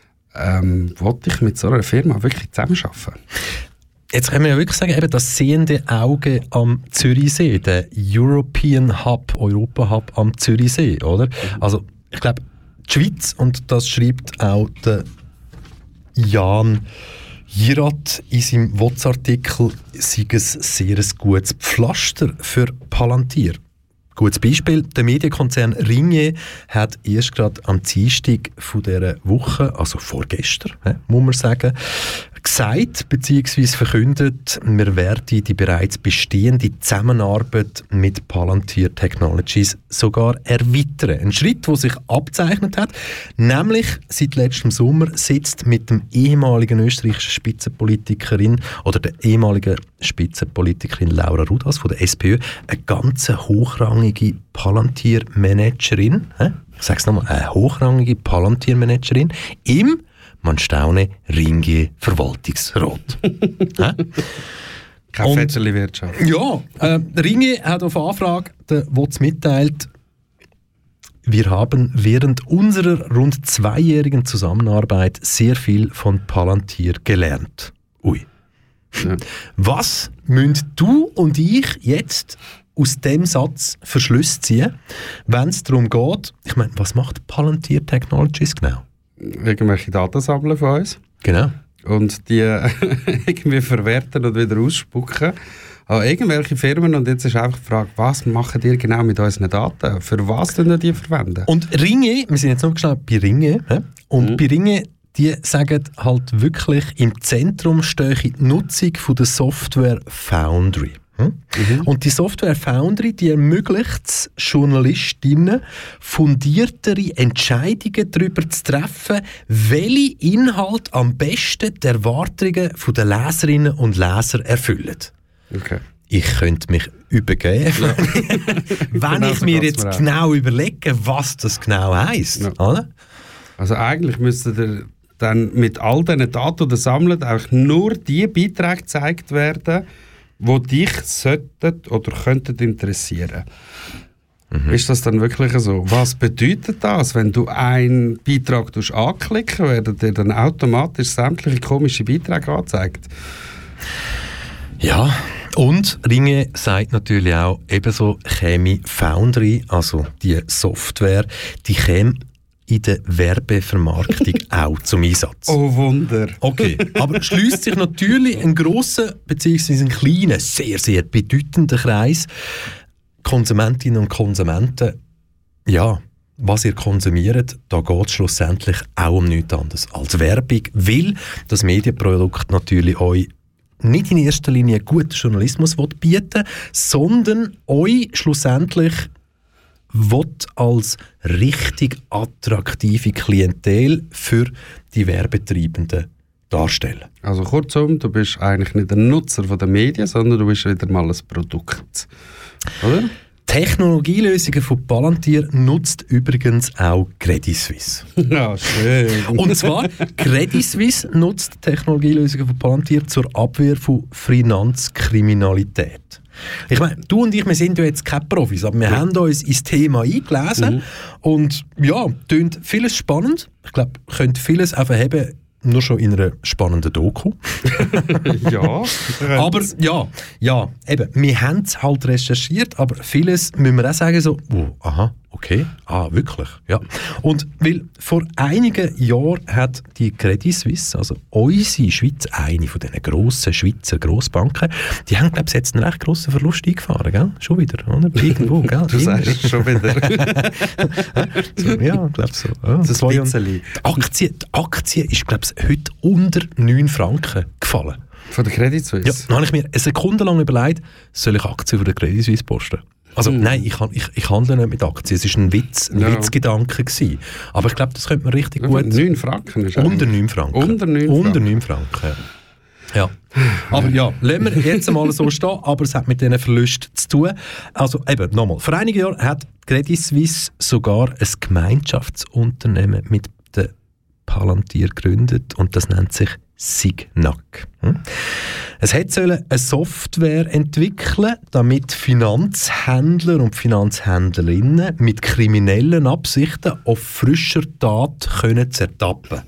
Wollte ich mit so einer Firma wirklich zusammenarbeiten? Jetzt können wir ja wirklich sagen, eben das sehende Auge am Zürichsee, der European Hub, Europa-Hub am Zürichsee, oder? Also ich glaube, die Schweiz, und das schreibt auch der Jan Jirat in seinem WOTS-Artikel, sei ein sehr gutes Pflaster für Palantir. Gutes Beispiel, der Medienkonzern Ringier hat erst gerade am Dienstag von dieser Woche, also vorgestern, muss man sagen, gesagt bzw. verkündet, wir werden die bereits bestehende Zusammenarbeit mit Palantir Technologies sogar erweitern. Ein Schritt, der sich abzeichnet hat, nämlich seit letztem Sommer sitzt mit dem ehemaligen österreichischen Spitzenpolitikerin oder der ehemaligen Spitzenpolitikerin Laura Rudas von der SPÖ eine ganz hochrangige Palantir-Managerin, ich sage es nochmal, eine hochrangige Palantir-Managerin im, man staune, Ringier Verwaltungsrat. Keine Fetterli-Wirtschaft. Ja, Ringier hat auf Anfrage der WOTS mitteilt, wir haben während unserer rund 2-jährigen Zusammenarbeit sehr viel von Palantir gelernt. Ui. Ja. Was müssen du und ich jetzt aus dem Satz für Schlüsse ziehen, wenn es darum geht, ich meine, was macht Palantir Technologies genau? Irgendwelche Daten sammeln von uns. Genau. Und die irgendwie verwerten und wieder ausspucken an irgendwelche Firmen. Und jetzt ist einfach die Frage, was machen die genau mit unseren Daten? Für was denn die verwenden? Und Ringier, wir sind jetzt noch schnell bei Ringier, und bei Ringier, die sagen halt wirklich, im Zentrum stehe die Nutzung von der Software Foundry. Und die Software Foundry, die ermöglicht es Journalistinnen, fundiertere Entscheidungen darüber zu treffen, welche Inhalte am besten die Erwartungen der Leserinnen und Leser erfüllen. Okay. Ich könnte mich übergeben, wenn ich mir jetzt genau überlege, was das genau heisst. Ja. Also eigentlich müsste dann mit all diesen Daten, die sammeln, auch nur die Beiträge gezeigt werden, die dich sollten oder könnten interessieren. Ist das dann wirklich so? Was bedeutet das, wenn du einen Beitrag anklicken, werden dir dann automatisch sämtliche komische Beiträge angezeigt? Ja, und Ringe sagt natürlich auch, ebenso käme Foundry, also die Software, die käme in der Werbevermarktung auch zum Einsatz. Oh Wunder. Okay, aber schließt sich natürlich ein grosser bzw. ein kleiner, sehr, sehr bedeutender Kreis Konsumentinnen und Konsumenten. Ja, was ihr konsumiert, da geht es schlussendlich auch um nichts anderes als Werbung, weil das Medienprodukt natürlich euch nicht in erster Linie guten Journalismus bieten will, sondern euch schlussendlich als richtig attraktive Klientel für die Werbetreibenden darstellen. Also kurzum, du bist eigentlich nicht ein Nutzer von den Medien, sondern du bist wieder mal ein Produkt. Oder? Technologielösungen von Palantir nutzt übrigens auch Credit Suisse. Ja, schön. Und zwar, Credit Suisse nutzt Technologielösungen von Palantir zur Abwehr von Finanzkriminalität. Ich meine, du und ich, wir sind ja jetzt keine Profis, aber wir haben uns ins Thema eingelesen und ja, tönt vieles spannend. Ich glaube, könnt vieles auch verheben, nur schon in einer spannenden Doku. Ja. Aber ja, eben, wir haben es halt recherchiert, aber vieles müssen wir auch sagen so, aha, okay, wirklich, ja. Und weil vor einigen Jahren hat die Credit Suisse, also unsere Schweiz, eine von diesen grossen Schweizer Grossbanken, die haben, glaube ich, jetzt einen recht grossen Verlust eingefahren, gell? Schon wieder, oder? Irgendwo, gell? Du sagst es schon wieder. So, ja, ich glaube so. Ja, das war die Aktie ist, glaube ich, heute unter 9 Franken gefallen. Von der Credit Suisse? Ja, dann habe ich mir eine Sekunde lang überlegt, soll ich Aktien von der Credit Suisse posten? Also nein, ich handle nicht mit Aktien. Es war ein Witzgedanke gewesen. Aber ich glaube, das könnte man richtig gut... 9 Franken ist unter 9 Franken. Unter 9 Franken, ja. Aber ja, lassen wir jetzt einmal so stehen, aber es hat mit diesen Verlusten zu tun. Also eben, nochmal, vor einigen Jahren hat Credit Suisse sogar ein Gemeinschaftsunternehmen mit der Palantir gegründet und das nennt sich Signac. Es sollte eine Software entwickeln, damit Finanzhändler und Finanzhändlerinnen mit kriminellen Absichten auf frischer Tat können zu ertappen.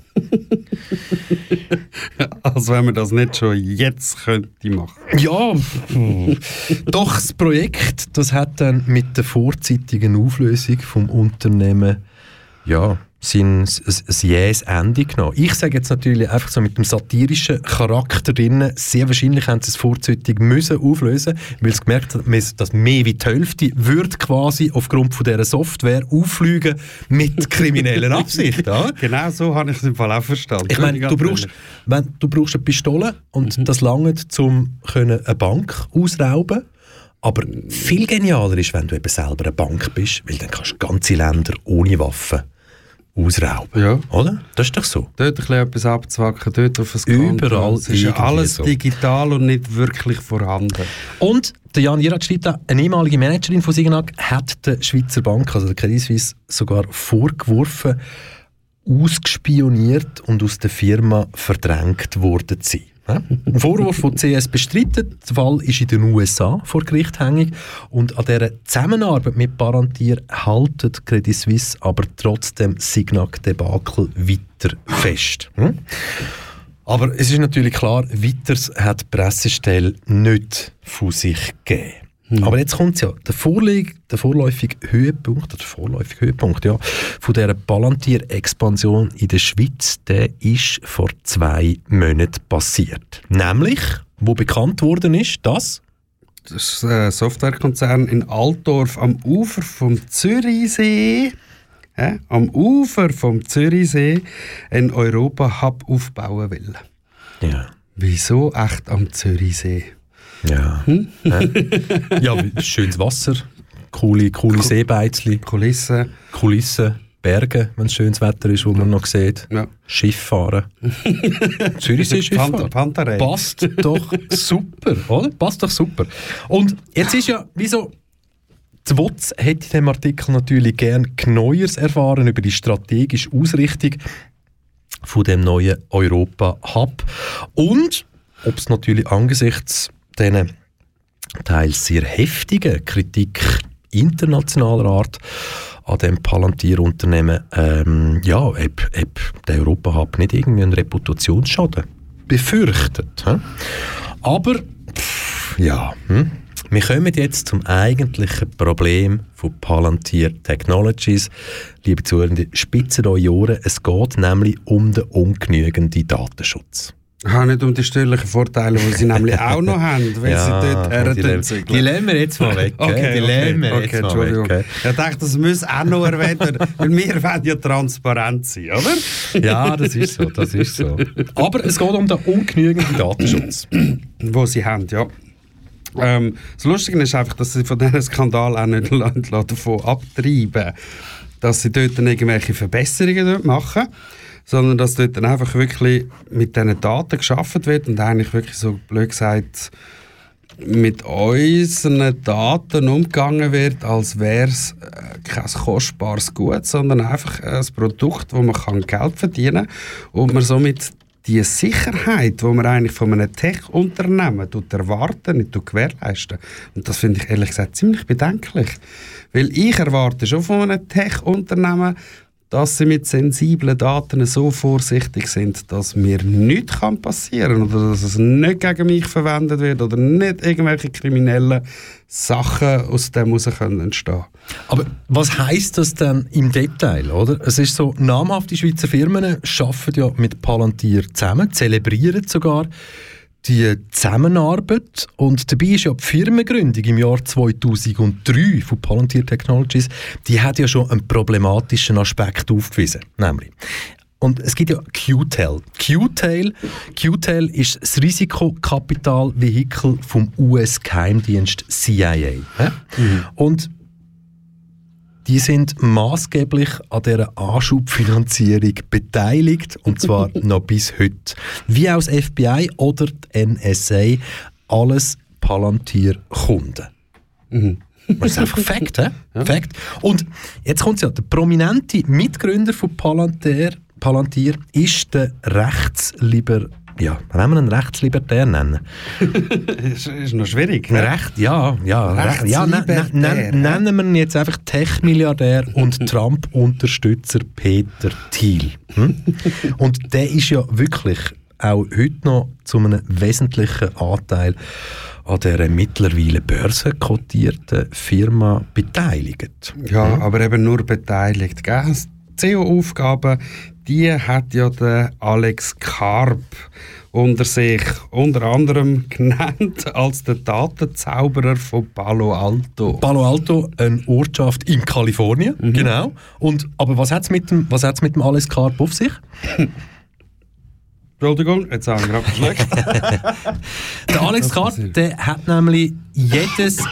Also wenn man das nicht schon jetzt könnte machen. Ja, doch das Projekt, das hat dann mit der vorzeitigen Auflösung vom Unternehmen ein jähes Ende genommen. Ich sage jetzt natürlich einfach so mit dem satirischen Charakter drin, sehr wahrscheinlich haben sie es vorzeitig müssen auflösen, weil sie gemerkt haben, dass mehr wie die Hälfte würde quasi aufgrund von dieser Software auffliegen mit kriminellen Absichten. Ja? Genau so habe ich es im Fall auch verstanden. Ich meine, du brauchst eine Pistole und das langt, um eine Bank ausrauben. Aber viel genialer ist, wenn du eben selber eine Bank bist, weil dann kannst du ganze Länder ohne Waffen ausrauben. Ja. Oder? Das ist doch so. Dort ein bisschen etwas abzwacken, dort auf ein Konto. Überall es ist ja alles so digital und nicht wirklich vorhanden. Und der Jan Irat schreibt da, eine ehemalige Managerin von Signac hat der Schweizer Bank, also der Credit Suisse, sogar vorgeworfen, ausgespioniert und aus der Firma verdrängt worden zu sein. Ein Vorwurf von CS bestreitet. Der Fall ist in den USA vor Gericht hängig und an dieser Zusammenarbeit mit Palantir haltet Credit Suisse aber trotzdem Signac-Debakel weiter fest. Aber es ist natürlich klar, weiters hat die Pressestelle nicht von sich gegeben. Aber jetzt kommt es ja, der vorläufige Höhepunkt ja, von dieser Palantir-Expansion in der Schweiz, der ist vor 2 Monaten passiert. Nämlich, wo bekannt worden ist, dass das Softwarekonzern in Altdorf am Ufer vom Zürichsee einen Europa-Hub aufbauen will. Ja. Wieso echt am Zürichsee? Ja. Ja, schönes Wasser, coole Seebeizli, Kulissen, Berge, wenn es schönes Wetter ist, wo man noch sieht. Ja. Schiff fahren. Zürichsee Schiff fahren. Pantarei. Passt doch super, oder? Passt doch super. Und jetzt ist ja, wieso... Die WOZ hätte in diesem Artikel natürlich gerne Neues erfahren über die strategische Ausrichtung von dem neuen Europa-Hub. Und ob es natürlich angesichts dieser teils sehr heftigen Kritik internationaler Art an dem Palantir-Unternehmen, ob der Europa-Hub nicht irgendwie einen Reputationsschaden befürchtet. Aber, wir kommen jetzt zum eigentlichen Problem von Palantir Technologies. Liebe Zuhörende, spitzen eure Ohren. Es geht nämlich um den ungenügenden Datenschutz. Nicht um die steuerlichen Vorteile, die sie nämlich auch noch haben, wenn sie dort herentücken. Die lassen wir jetzt mal weg. Entschuldigung. Ich dachte, das muss auch noch erwähnt werden, weil wir wollen ja transparent sein, oder? Ja, das ist so. Aber es geht um den ungenügenden Datenschutz. Wo sie haben, ja. Das Lustige ist einfach, dass sie von diesem Skandal auch nicht davon abtreiben, dass sie dort dann irgendwelche Verbesserungen machen, sondern dass dort dann einfach wirklich mit diesen Daten geschaffen wird und eigentlich wirklich so blöd gesagt mit unseren Daten umgegangen wird, als wäre es kein kostbares Gut, sondern einfach ein Produkt, wo man Geld verdienen kann und man somit die Sicherheit, die man eigentlich von einem Tech-Unternehmen erwarten, nicht gewährleisten. Und das finde ich ehrlich gesagt ziemlich bedenklich. Weil ich erwarte schon von einem Tech-Unternehmen, dass sie mit sensiblen Daten so vorsichtig sind, dass mir nichts passieren kann oder dass es nicht gegen mich verwendet wird oder nicht irgendwelche kriminellen Sachen aus dem heraus entstehen können. Aber was heisst das denn im Detail? Oder? Es ist so, namhafte Schweizer Firmen arbeiten ja mit Palantir zusammen, zelebrieren sogar die Zusammenarbeit. Und dabei ist ja die Firmengründung im Jahr 2003 von Palantir Technologies, die hat ja schon einen problematischen Aspekt aufgewiesen. Nämlich, und es gibt ja QTEL. QTEL ist das Risikokapitalvehikel vom US-Geheimdienst CIA. Und die sind maßgeblich an dieser Anschubfinanzierung beteiligt, und zwar noch bis heute. Wie auch das FBI oder die NSA, alles Palantir-Kunden. Das ist einfach Fakt, hä? Ja. Fakt. Und jetzt kommt es ja, der prominente Mitgründer von Palantir ist der wenn wir einen Rechtslibertär nennen. ist noch schwierig. Nennen wir ihn jetzt einfach Tech-Milliardär und Trump-Unterstützer Peter Thiel. Und der ist ja wirklich auch heute noch zu einem wesentlichen Anteil an dieser mittlerweile börsenkotierten Firma beteiligt. Ja, aber eben nur beteiligt. Gell? CEO-Aufgaben, die hat ja der Alex Karp unter sich unter anderem genannt als der Datenzauberer von Palo Alto. Palo Alto, eine Ortschaft in Kalifornien, genau. Aber was hat es mit dem Alex Karp auf sich? Entschuldigung, jetzt haben wir gerade verschluckt. Der Alex Karp, der hat nämlich jedes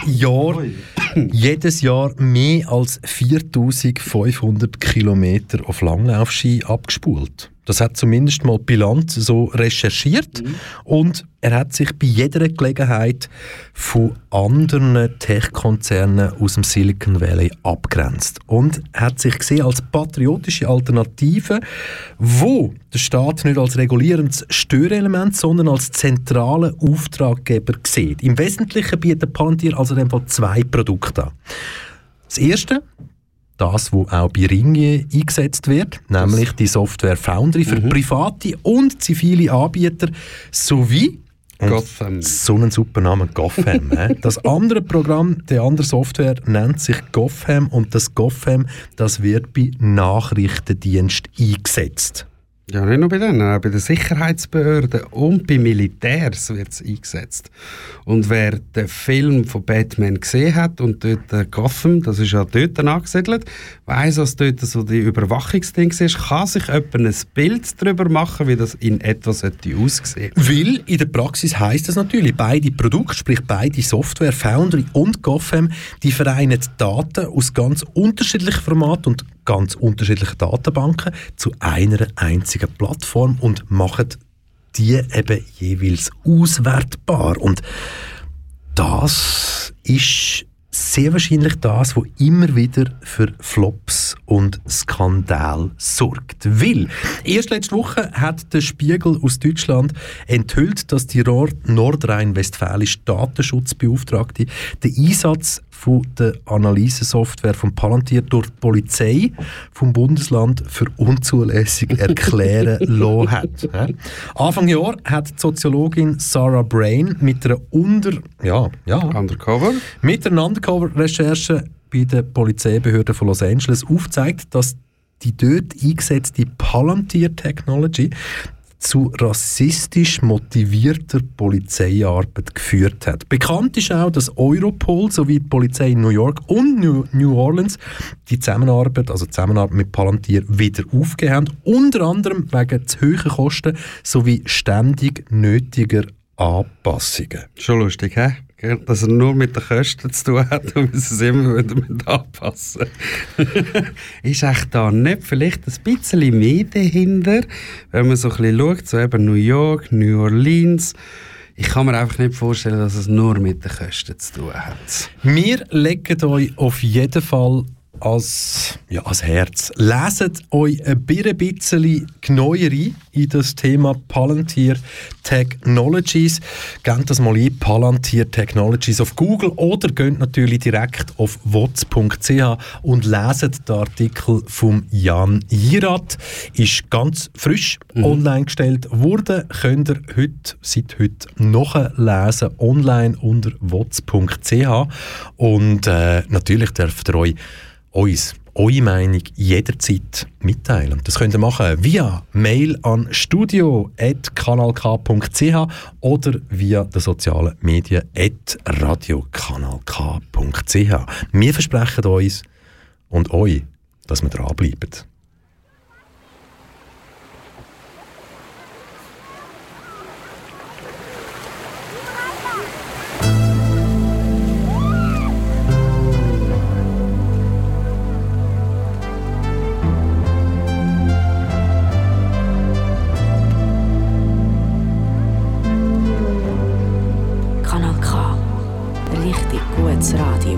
Jahr mehr als 4500 Kilometer auf Langlaufski abgespult. Das hat zumindest mal die Bilanz so recherchiert. Und er hat sich bei jeder Gelegenheit von anderen Tech-Konzernen aus dem Silicon Valley abgrenzt. Und hat sich gesehen als patriotische Alternative, wo der Staat nicht als regulierendes Störelement, sondern als zentralen Auftraggeber sieht. Im Wesentlichen bietet Palantir also in dem Fall zwei Produkte an. Das erste, das, was auch bei Ringier eingesetzt wird, nämlich die Software Foundry für private und zivile Anbieter sowie Gotham. So einen super Namen, Gotham. Das andere Programm, die andere Software nennt sich Gotham und das Gotham, das wird bei Nachrichtendienst eingesetzt. Ja, nicht nur bei denen, auch bei den Sicherheitsbehörden und bei Militärs wird es eingesetzt. Und wer den Film von Batman gesehen hat und dort Gotham, das ist ja dort angesiedelt, weiss, was dort so die Überwachungsding ist, kann sich etwa ein Bild darüber machen, wie das in etwa aussehen sollte. Weil in der Praxis heisst das natürlich, beide Produkte, sprich beide Software, Foundry und Gotham, die vereinen Daten aus ganz unterschiedlichen Formaten und ganz unterschiedlichen Datenbanken zu einer einzigen Plattform und machen die eben jeweils auswertbar. Und das ist sehr wahrscheinlich das, was immer wieder für Flops und Skandal sorgt. Weil erst letzte Woche hat der Spiegel aus Deutschland enthüllt, dass die nordrhein-westfälische Datenschutzbeauftragte den Einsatz von der Analysesoftware von Palantir durch die Polizei vom Bundesland für unzulässig erklären lassen hat. Anfang Jahr hat die Soziologin Sarah Brain mit einer Undercover-Recherche bei der Polizeibehörde von Los Angeles aufgezeigt, dass die dort eingesetzte Palantir Technology zu rassistisch motivierter Polizeiarbeit geführt hat. Bekannt ist auch, dass Europol sowie die Polizei in New York und New Orleans die Zusammenarbeit mit Palantir wieder aufgegeben haben, unter anderem wegen zu hohen Kosten sowie ständig nötiger Anpassungen. Schon lustig, hä? Dass er nur mit den Kosten zu tun hat und wir es immer wieder anpassen. Ist echt da nicht vielleicht ein bisschen mehr dahinter, wenn man so ein bisschen schaut, so eben New York, New Orleans. Ich kann mir einfach nicht vorstellen, dass es nur mit den Kosten zu tun hat. Wir legen euch auf jeden Fall als Herz. Leset euch ein bisschen genauer ein in das Thema Palantir Technologies. Gebt das mal ein, Palantir Technologies auf Google, oder geht natürlich direkt auf woz.ch und leset den Artikel von Jan Jirat. Ist ganz frisch online gestellt worden. Könnt ihr seit heute nachlesen online unter woz.ch. Und natürlich dürft ihr uns eure Meinung jederzeit mitteilen. Das könnt ihr machen via Mail an studio@kanalk.ch oder via den sozialen Medien @radiokanalk.ch. Wir versprechen uns und euch, dass wir dranbleiben. Radio.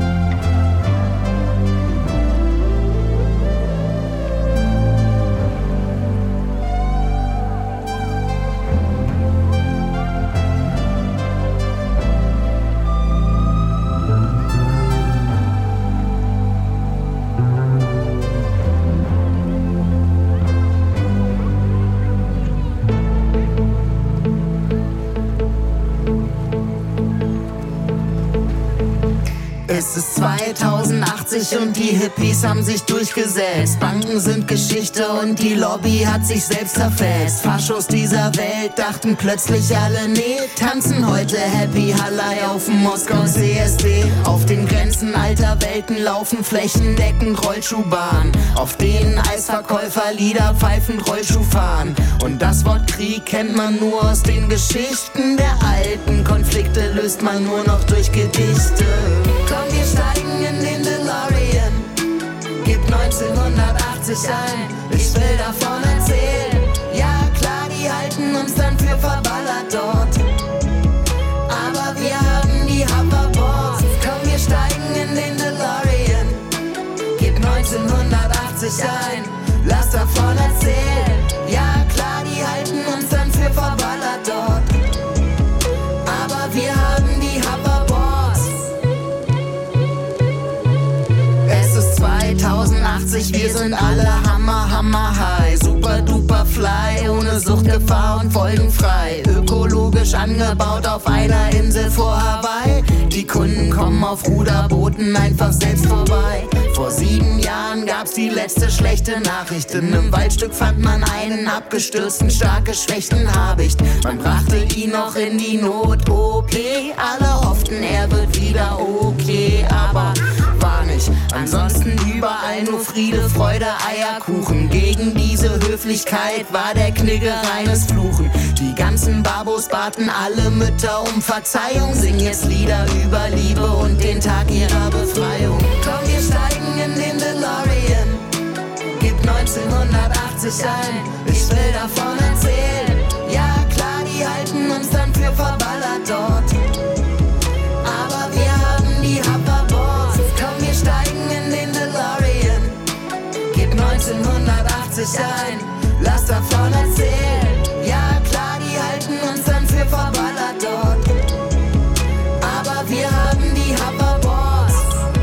Es ist 2080 und die Hippies haben sich durchgesetzt. Banken sind Geschichte und die Lobby hat sich selbst zerfetzt. Faschos dieser Welt dachten plötzlich alle, nee, tanzen heute Happy Hallei auf dem Moskau CSD. Auf den Grenzen alter Welten laufen flächendeckend Rollschuhbahnen, auf denen Eisverkäufer Lieder pfeifend Rollschuh fahren. Und das Wort Krieg kennt man nur aus den Geschichten der alten Konflikte, löst man nur noch durch Gedichte. Komm, wir steigen in den DeLorean, gib 1980 ein, ich will davon erzählen. Ja klar, die halten uns dann für verballert dort, aber wir haben die Hoverboards. Komm, wir steigen in den DeLorean, gib 1980 ein, lass davon erzählen. Ja klar, die halten uns dann für verballert dort, aber wir haben die Hoverboards. Es ist 2080, wir sind alle hammer high, super duper fly, ohne Suchtgefahr und folgenfrei, ökologisch angebaut auf einer Insel vor Hawaii. Die Kunden kommen auf Ruderbooten einfach selbst vorbei. Vor 7 Jahren gab's die letzte schlechte Nachricht. In einem Waldstück fand man einen abgestürzten, stark geschwächten Habicht. Man brachte ihn noch in die Not-OP. Alle hofften, er wird wieder okay, aber war nicht. Ansonsten überall nur Friede, Freude, Eierkuchen. Gegen diese Höflichkeit war der Knigge reines Fluchen. Die ganzen Babos baten alle Mütter um Verzeihung, singen jetzt Lieder über Liebe und den Tag ihrer Befreiung. Komm, wir steigen in den DeLorean, gib 1980 ein, ich will davon erzählen. Ja klar, die halten uns dann für verballert dort, aber wir haben die Hoverboards. sich ein, lass davon erzählen. Ja klar, die halten uns dann für verballert dort, aber wir haben die Hoverboards.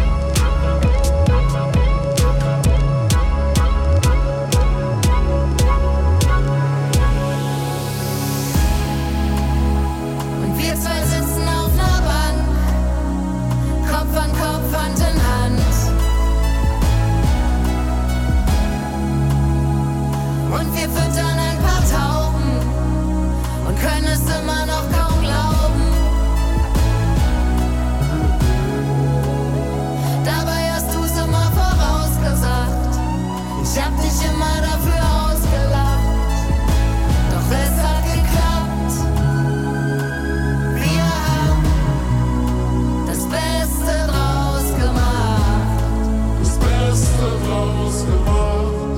Und wir zwei sitzen auf einer Bank, Kopf an Kopf, Hand in Hand. Und wir füttern ein paar Tauben und können es immer noch kaum glauben. Dabei hast du's immer vorausgesagt. Ich hab dich immer dafür ausgelacht. Doch es hat geklappt. Wir haben das Beste draus gemacht. Das Beste draus gemacht.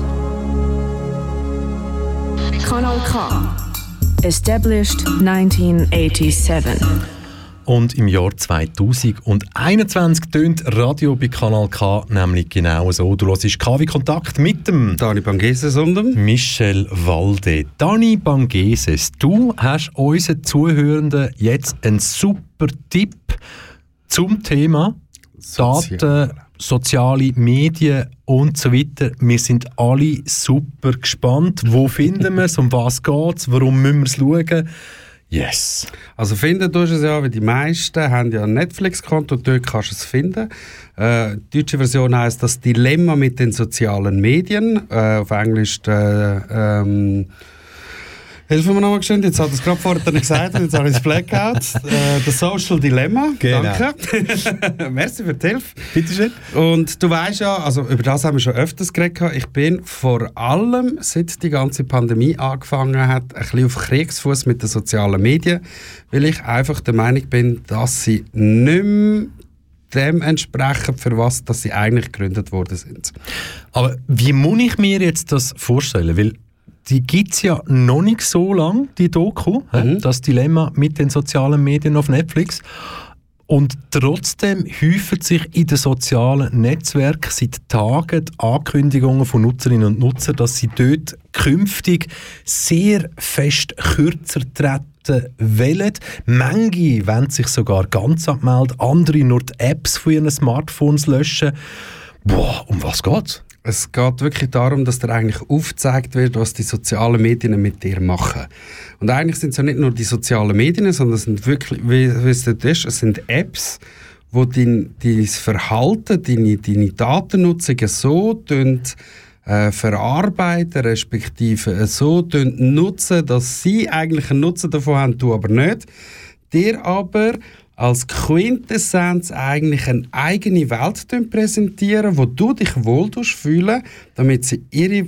Kanal K. Established 1987. Und im Jahr 2021 tönt Radio bei Kanal K nämlich genau so. Du hörst KW Kontakt mit dem Dani Bangeses und dem Michel Walde. Dani Bangeses, du hast unseren Zuhörenden jetzt einen super Tipp zum Thema Daten, soziale Medien und so weiter. Wir sind alle super gespannt. Wo finden wir es? Um was geht es? Warum müssen wir es schauen? Yes. Also finden tust du es ja, weil die meisten haben ja ein Netflix-Konto, dort kannst du es finden. Die deutsche Version heisst das Dilemma mit den sozialen Medien. Auf Englisch helfen wir nochmal geschwind, jetzt hat er es gerade vorher gesagt, jetzt habe ich das Blackout. Das Social Dilemma, genau. Danke. Merci für die Hilfe. Bitteschön. Und du weißt ja, also über das haben wir schon öfters geredet, ich bin vor allem, seit die ganze Pandemie angefangen hat, ein bisschen auf Kriegsfuß mit den sozialen Medien, weil ich einfach der Meinung bin, dass sie nicht mehr dem entsprechen, für was dass sie eigentlich gegründet worden sind. Aber wie muss ich mir jetzt das vorstellen? Weil die gibt es ja noch nicht so lange, die Doku, das Dilemma mit den sozialen Medien auf Netflix. Und trotzdem häufen sich in den sozialen Netzwerken seit Tagen die Ankündigungen von Nutzerinnen und Nutzern, dass sie dort künftig sehr fest kürzer treten wollen. Manche wollen sich sogar ganz abmelden, andere nur die Apps von ihren Smartphones löschen. Boah, um was geht's? Es geht wirklich darum, dass dir eigentlich aufgezeigt wird, was die sozialen Medien mit dir machen. Und eigentlich sind es ja nicht nur die sozialen Medien, sondern es sind wirklich, wie es dort ist, es sind Apps, wo dein Verhalten, deine Datennutzung so verarbeiten, respektive so nutzen, dass sie eigentlich einen Nutzen davon haben, du aber nicht. Dir aber als Quintessenz eigentlich eine eigene Welt präsentieren, wo du dich wohl fühlen, damit sie ihre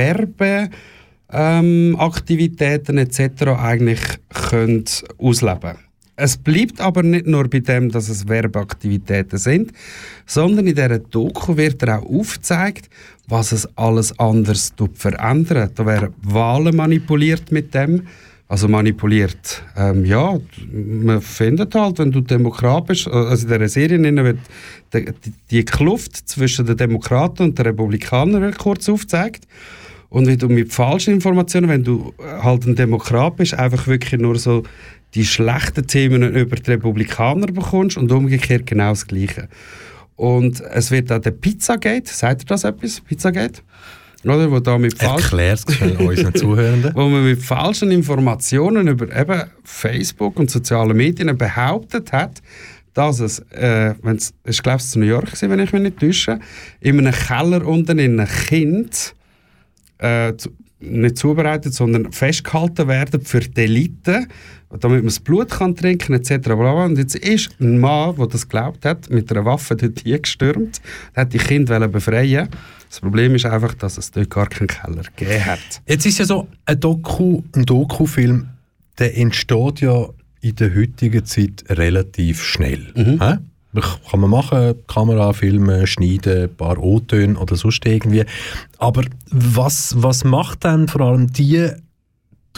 Werbeaktivitäten etc. eigentlich können ausleben. Es bleibt aber nicht nur bei dem, dass es Werbeaktivitäten sind, sondern in dieser Doku wird auch aufgezeigt, was es alles anders verändert. Da werden Wahlen manipuliert mit dem. Also manipuliert. Ja, man findet halt, wenn du Demokrat bist, also in dieser Serie wird die Kluft zwischen den Demokraten und den Republikanern kurz aufgezeigt. Und wenn du mit falschen Informationen, wenn du halt ein Demokrat bist, einfach wirklich nur so die schlechten Themen über die Republikaner bekommst und umgekehrt genau das Gleiche. Und es wird auch der Pizzagate, sagt ihr das etwas? Pizzagate? Oder, wo da mit Erklär's unseren Zuhörenden. Wo man mit falschen Informationen über eben Facebook und soziale Medien behauptet hat, dass es, ich glaube es zu New York war, wenn ich mich nicht täusche, in einem Keller unten in einem Kind nicht zubereitet, sondern festgehalten werden für die Elite, damit man das Blut kann trinken etc. Und jetzt ist ein Mann, der das geglaubt hat, mit einer Waffe dort hingestürmt, hat die Kinder befreien. Das Problem ist einfach, dass es dort gar keinen Keller gegeben hat. Jetzt ist ja so, ein Dokufilm, der entsteht ja in der heutigen Zeit relativ schnell. Kann man machen, Kamera filmen, schneiden, ein paar O-Töne oder sonst irgendwie. Aber was macht denn vor allem die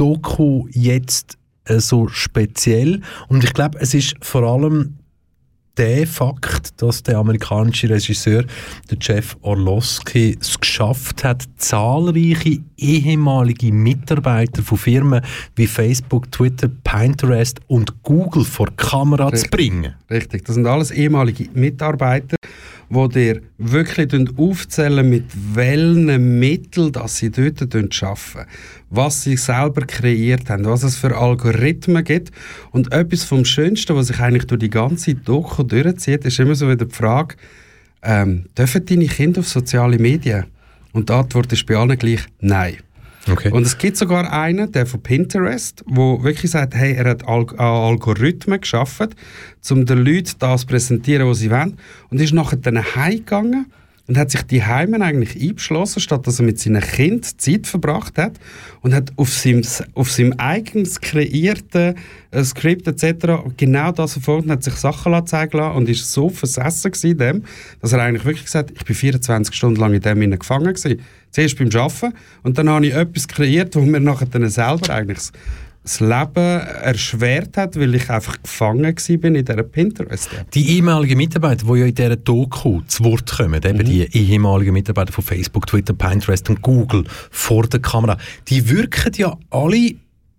Doku jetzt so speziell? Und ich glaube, es ist vor allem der Fakt, dass der amerikanische Regisseur, der Jeff Orlowski, es geschafft hat, zahlreiche ehemalige Mitarbeiter von Firmen wie Facebook, Twitter, Pinterest und Google vor die Kamera zu bringen. Richtig, das sind alles ehemalige Mitarbeiter, die dir wirklich aufzählen, mit welchen Mitteln dass sie dort arbeiten, was sie selber kreiert haben, was es für Algorithmen gibt. Und etwas vom Schönsten, was sich eigentlich durch die ganze Doku durchzieht, ist immer so wieder die Frage, dürfen deine Kinder auf soziale Medien? Und die Antwort ist bei allen gleich nein. Okay. Und es gibt sogar einen, der von Pinterest, der wirklich sagt, hey, er hat Algorithmen geschaffen, um den Leuten das zu präsentieren, was sie wollen. Und ist nachher dann heimgegangen und hat sich die Heimen eigentlich eingeschlossen, statt dass er mit seinen Kindern Zeit verbracht hat, und hat auf seinem eigens kreierten Skript etc. genau das verfolgt und hat sich Sachen zeigen lassen und ist so versessen in dem, dass er eigentlich wirklich gesagt hat, ich bin 24 Stunden lang in dem gefangen gewesen. Zuerst beim Arbeiten und dann habe ich etwas kreiert, wo mir nachher dann selber eigentlich das Leben erschwert hat, weil ich einfach gefangen war in dieser Pinterest-App. Die ehemaligen Mitarbeiter, die ja in dieser Doku zu Wort kommen, eben die ehemaligen Mitarbeiter von Facebook, Twitter, Pinterest und Google vor der Kamera, die wirken ja alle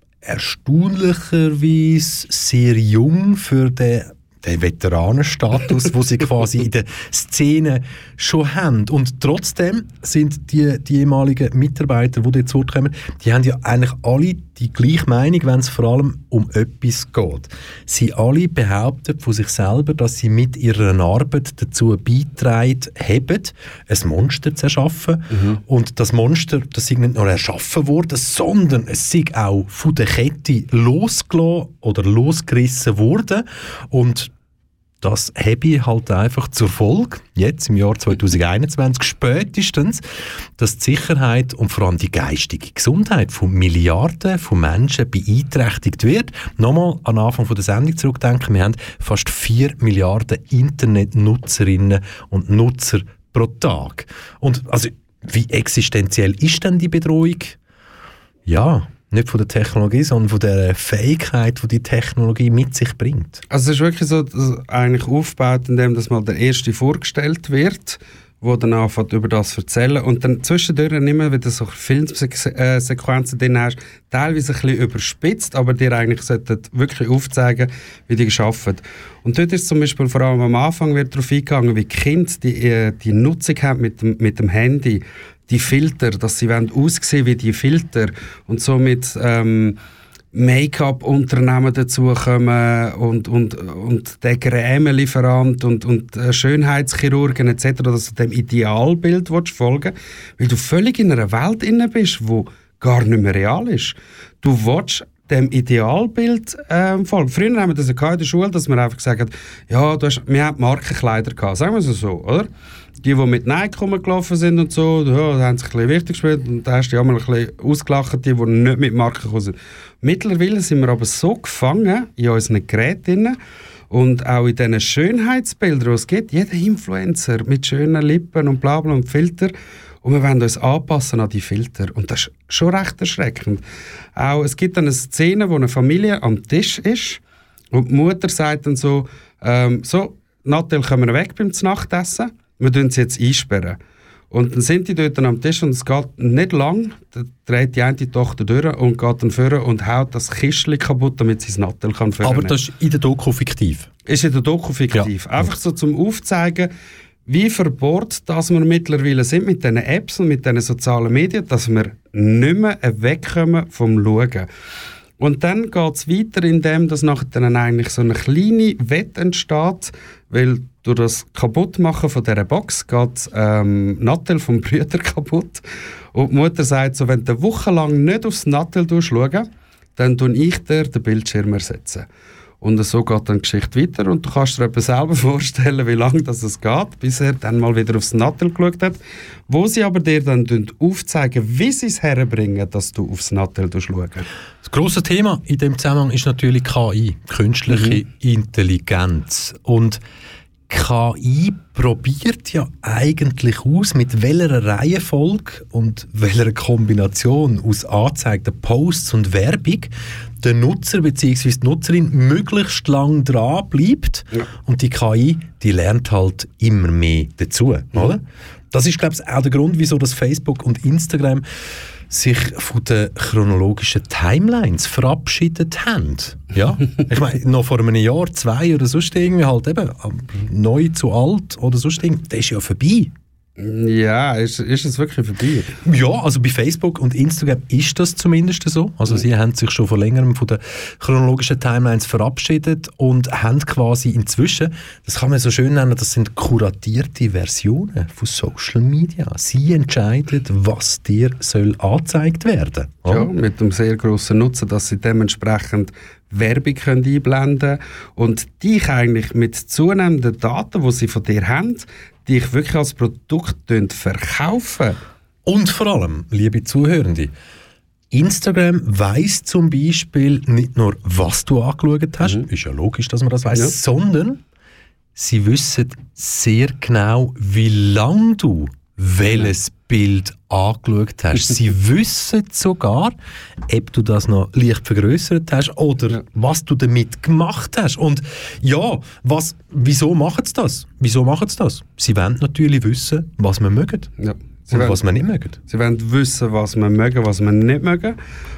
erstaunlicherweise sehr jung für den Veteranenstatus, wo sie quasi in der Szene schon haben. Und trotzdem sind die ehemaligen Mitarbeiter, die dort zu Wort kommen, die haben ja eigentlich alle die gleiche Meinung, wenn es vor allem um etwas geht. Sie alle behaupten von sich selber, dass sie mit ihrer Arbeit dazu beitragen haben, ein Monster zu erschaffen. Und das Monster, das ist nicht nur erschaffen worden, sondern es ist auch von der Kette losgelassen oder losgerissen worden. Und das habe ich halt einfach zur Folge, jetzt im Jahr 2021 spätestens, dass die Sicherheit und vor allem die geistige Gesundheit von Milliarden von Menschen beeinträchtigt wird. Nochmal an den Anfang der Sendung zurückdenken, wir haben fast 4 Milliarden Internetnutzerinnen und Nutzer pro Tag. Und also, wie existenziell ist denn die Bedrohung? Ja, nicht von der Technologie, sondern von der Fähigkeit, die die Technologie mit sich bringt. Also es ist wirklich so, dass eigentlich aufgebaut, indem dass mal der Erste vorgestellt wird, der dann anfängt über das zu erzählen und dann zwischendurch immer wieder so Filmsequenzen drin hast, teilweise ein bisschen überspitzt, aber dir eigentlich sollten wirklich aufzeigen, wie die arbeiten. Und dort ist zum Beispiel vor allem am Anfang wird darauf eingegangen, wie die Kinder die Nutzung haben mit dem Handy, die Filter, dass sie aussehen wie die Filter und somit Make-up-Unternehmen dazukommen und der Creme-Lieferant und Schönheitschirurgen etc., dass du dem Idealbild folgen willst, weil du völlig in einer Welt inne bist, die gar nicht mehr real ist. Du willst dem Idealbild folgen. Früher haben wir das in der Schule, dass wir einfach gesagt haben, ja, wir haben Markenkleider gehabt, sagen wir es so, oder? Die mit Nike rumgelaufen sind und so, ja, haben sich ein bisschen wichtig gespielt und da hast du ja mal ein bisschen ausgelacht, die nicht mit Marken gekommen sind. Mittlerweile sind wir aber so gefangen in unseren Geräten und auch in diesen Schönheitsbildern, die es gibt. Jeder Influencer mit schönen Lippen und bla bla und Filter. Und wir wollen uns anpassen an die Filter. Und das ist schon recht erschreckend. Auch, es gibt dann eine Szene, wo eine Familie am Tisch ist und die Mutter sagt dann so, Nathalie, kommen wir weg beim Nachtessen? Wir tun sie jetzt einsperren. Und dann sind die dort am Tisch und es geht nicht lang, dann dreht die eine Tochter durch und geht dann vor und haut das Kistchen kaputt, damit sie das Nattel kann führen. Aber das ist in der Doku fiktiv? Ist in der Doku fiktiv. Ja. Einfach so zum Aufzeigen, wie verbohrt dass wir mittlerweile sind mit diesen Apps und mit diesen sozialen Medien, dass wir nicht mehr wegkommen vom Schauen. Und dann geht es weiter, indem dass nachher dann eigentlich so eine kleine Wette entsteht, weil durch das Kaputtmachen von dieser Box geht Nattel vom Brüder kaputt. Und die Mutter sagt so, wenn du wochenlang nicht aufs Nattel schaust, dann tue ich dir den Bildschirm ersetzen. Und so geht dann die Geschichte weiter und du kannst dir etwa selber vorstellen, wie lange das geht, bis er dann mal wieder aufs Nattel geschaut hat, wo sie aber dir dann aufzeigen, wie sie es herbringen, dass du aufs Nattel schaust. Das grosse Thema in dem Zusammenhang ist natürlich KI, künstliche Intelligenz. Und KI probiert ja eigentlich aus, mit welcher Reihenfolge und welcher Kombination aus angezeigten Posts und Werbung der Nutzer bzw. die Nutzerin möglichst lang dran bleibt. Ja. Und die KI, die lernt halt immer mehr dazu. Oder? Das ist, glaube ich, auch der Grund, wieso das Facebook und Instagram sich von den chronologischen Timelines verabschiedet haben. Ja? Ich meine, noch vor einem Jahr, 2 oder sonst irgendwie halt eben, neu zu alt oder sonst irgendwie, das ist ja vorbei. Ja, ist es wirklich vorbei? Ja, also bei Facebook und Instagram ist das zumindest so. Also sie haben sich schon vor längerem von den chronologischen Timelines verabschiedet und haben quasi inzwischen, das kann man so schön nennen, das sind kuratierte Versionen von Social Media. Sie entscheiden, was dir soll angezeigt werden. Ja, mit dem sehr grossen Nutzen, dass sie dementsprechend Werbung können einblenden können und dich eigentlich mit zunehmenden Daten, die sie von dir haben, die ich wirklich als Produkt verkaufen. Und vor allem, liebe Zuhörende, Instagram weiss zum Beispiel nicht nur, was du angeschaut hast, ist ja logisch, dass man das weiss, sondern sie wissen sehr genau, wie lange du welches Bild angeschaut hast. Sie wissen sogar, ob du das noch leicht vergrößert hast oder was du damit gemacht hast. Und ja, wieso machen sie das? Sie wollen natürlich wissen, was wir mögen. Ja. Und was wir nicht mögen. Sie wollen wissen, was wir mögen, was wir nicht mögen.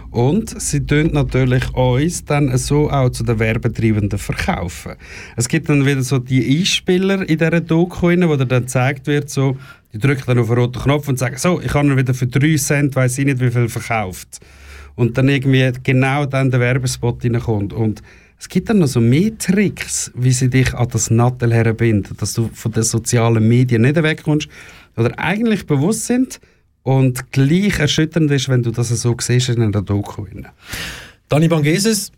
Und sie tun natürlich uns dann so auch zu den Werbetreibenden verkaufen. Es gibt dann wieder so die Einspieler in dieser Doku, wo dann gezeigt wird, so, die drücken dann auf den roten Knopf und sagen, so, ich habe ihn wieder für 3 Cent, weiss ich nicht, wie viel verkauft. Und dann irgendwie genau dann der Werbespot reinkommt. Und es gibt dann noch so mehr Tricks, wie sie dich an das Nattel herbinden, dass du von den sozialen Medien nicht wegkommst, oder eigentlich bewusst sind und gleich erschütternd ist, wenn du das so siehst in der Doku. Dani Bangeses,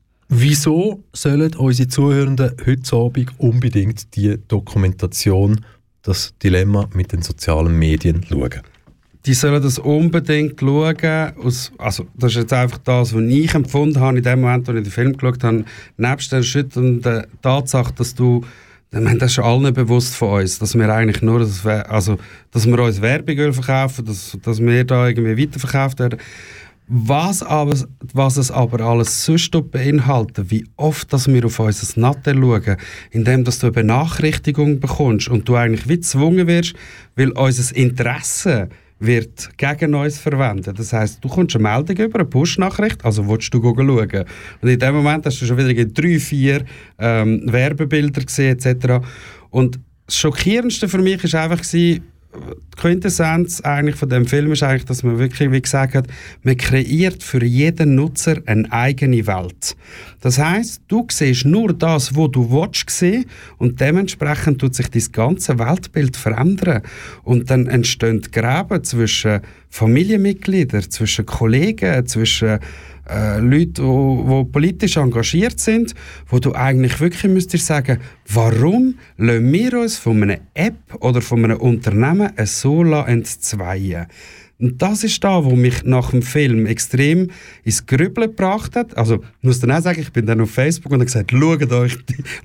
wieso sollen unsere Zuhörenden heute Abend unbedingt die Dokumentation, das Dilemma mit den sozialen Medien schauen? Die sollen das unbedingt schauen. Also, das ist jetzt einfach das, was ich empfunden habe in dem Moment, als ich den Film geschaut habe, nebst der erschütternden Tatsache, dass das ist allen bewusst von uns, dass wir eigentlich nur, dass wir uns Werbung verkaufen, dass wir da irgendwie weiterverkauft werden. Was es aber alles sonst beinhaltet, wie oft dass wir auf unser Nattel schauen, indem dass du eine Benachrichtigung bekommst und du eigentlich wie gezwungen wirst, weil unser Interesse wird gegen uns verwendet. Das heisst, du kommst eine Meldung über, eine Push-Nachricht, also willst du schauen. Und in dem Moment hast du schon wieder 3-4 Werbebilder gesehen etc. Und das Schockierendste für mich war einfach, die Quintessenz eigentlich von dem Film ist eigentlich, dass man wirklich, wie gesagt hat, man kreiert für jeden Nutzer eine eigene Welt. Das heisst, du siehst nur das, was du sehen willst, und dementsprechend tut sich dein ganze Weltbild verändern. Und dann entstehen Gräben zwischen Familienmitgliedern, zwischen Kollegen, zwischen Leute, die politisch engagiert sind, wo du eigentlich wirklich müsstest sagen, warum lassen wir uns von einer App oder von einem Unternehmen so entzweien? Und das ist da, wo mich nach dem Film extrem ins Grübeln gebracht hat. Also, ich muss dann auch sagen, ich bin dann auf Facebook und habe gesagt, schaut euch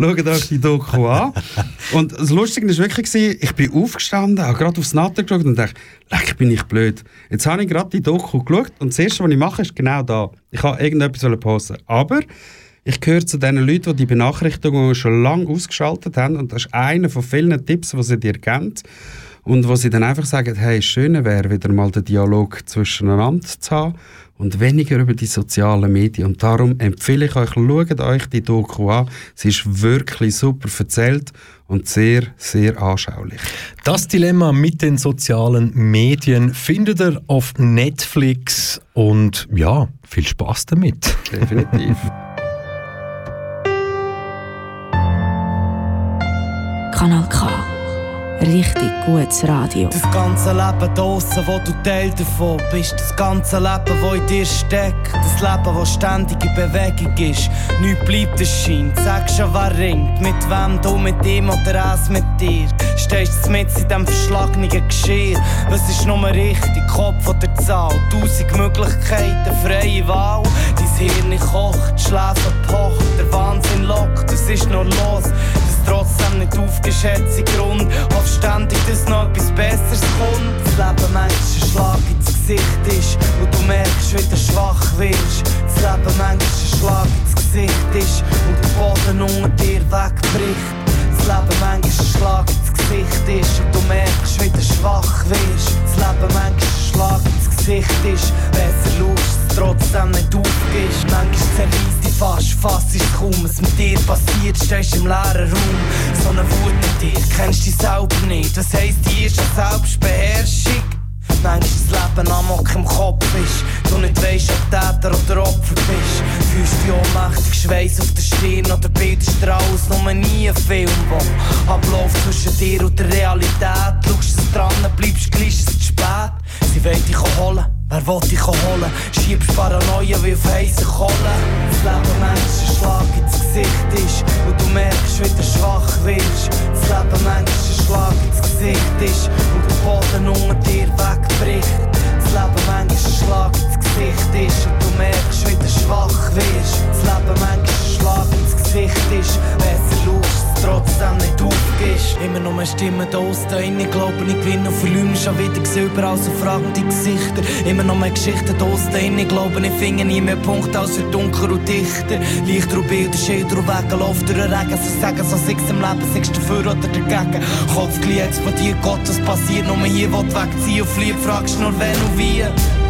die Doku an. Und das Lustige war wirklich, ich bin aufgestanden, habe gerade aufs Nattel geschaut und dachte, leck, bin ich blöd. Jetzt habe ich gerade die Doku geschaut und das Erste, was ich mache, ist genau da. Ich habe irgendetwas posten. Aber ich gehöre zu den Leuten, die die Benachrichtigungen schon lange ausgeschaltet haben, und das ist einer von vielen Tipps, die sie dir geben. Und wo sie dann einfach sagen, hey, schön wäre, wieder mal den Dialog zwischeneinander zu haben und weniger über die sozialen Medien. Und darum empfehle ich euch, schaut euch die Doku an. Sie ist wirklich super erzählt und sehr, sehr anschaulich. Das Dilemma mit den sozialen Medien findet ihr auf Netflix und ja, viel Spaß damit. Definitiv. Kanal K. Richtig gutes Radio. Das ganze Leben draussen, wo du Teil davon bist. Das ganze Leben, das in dir steckt. Das Leben, das ständig in Bewegung ist. Nichts bleibt, es scheint. Sag schon, wer ringt. Mit wem, du mit ihm oder es mit dir. Stehst du mit in diesem verschlagenen Geschirr. Was ist nur richtig, Kopf oder Zahl? 1000 Möglichkeiten, freie Wahl. Dein Hirn kocht, die Schläfe pocht. Der Wahnsinn lockt, es ist noch los. trotzdem nicht aufgibst, hat sie Grund. Hoffst ständig, dass noch etwas Besseres kommt. Das Leben manchmal ein Schlag ins Gesicht ist und du merkst, wie du schwach wirst. Das Leben manchmal ein Schlag ins Gesicht ist und der Boden unter dir wegbricht. Das Leben manchmal ein Schlag ins Gesicht ist und du merkst, wie du schwach wirst. Das Leben manchmal ein Schlag ins Gesicht ist, besser schaust, es trotzdem nicht aufgibst. Manchmal zerreißt dich fast, fasst es kaum, was mit dir passiert, stehst im leeren Raum. So eine Wut in dir, kennst dich selber nicht, das heisst, die ist eine Selbstbeherrschung. Manchmal das Leben Amok im Kopf ist, du nicht weisst, ob Täter oder Opfer bist. Fühlst dich ohnmächtig, Schweiß auf der Stirn oder bildest dir alles, nur nie ein Film, wo abläuft zwischen dir und der Realität. Schaust es dran, bleibst gleich, es ist zu spät. Sie wollen dich holen, wer will dich holen? Schiebst Paranoia wie auf heissen Kohlen. Das Leben manchmal ein Schlag ins Gesicht ist und du merkst, wie du schwach wirst. Das Leben manchmal ein Schlag ins Gesicht ist und der Boden unter dir wegbricht. Das Leben manchmal ein Schlag ins Gesicht ist und du merkst, wie du schwach wirst. Das Leben manchmal ein Schlag ins Gesicht ist, besser schaust, es trotzdem nicht aufgibst. Immer noch mehr Stimmen da aus, da innen glauben, ich gewinne und verliere mich schon wieder, sehe überall so fragende Gesichter. Immer noch mehr Geschichten da aus, da innen glauben, ich finde nie mehr Punkte, als für dunkel und dichter. Lichter und Bilder, Schilder und Wegen, Lauf durch den Regen, so sagen, so sechs im Leben, sechst du dafür oder dagegen. Kopf gleich explodiert, Gott, was passiert, nur hier, wo du wegziehen und fliehen, fragst nur wenn und wie.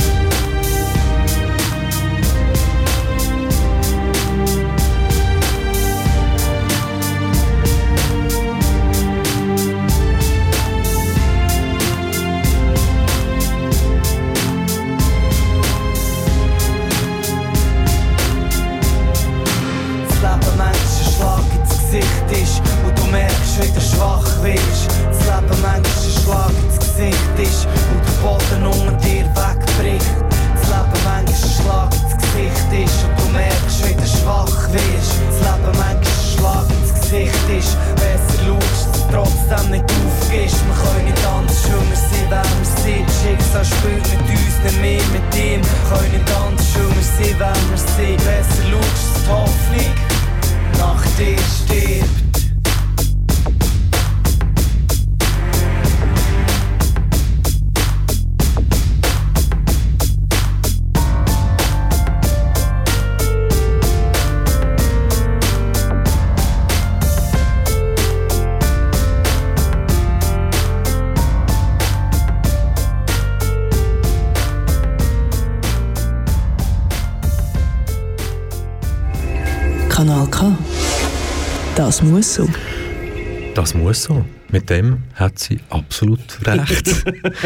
Kanal K. Das muss so. Das muss so. Mit dem hat sie absolut recht.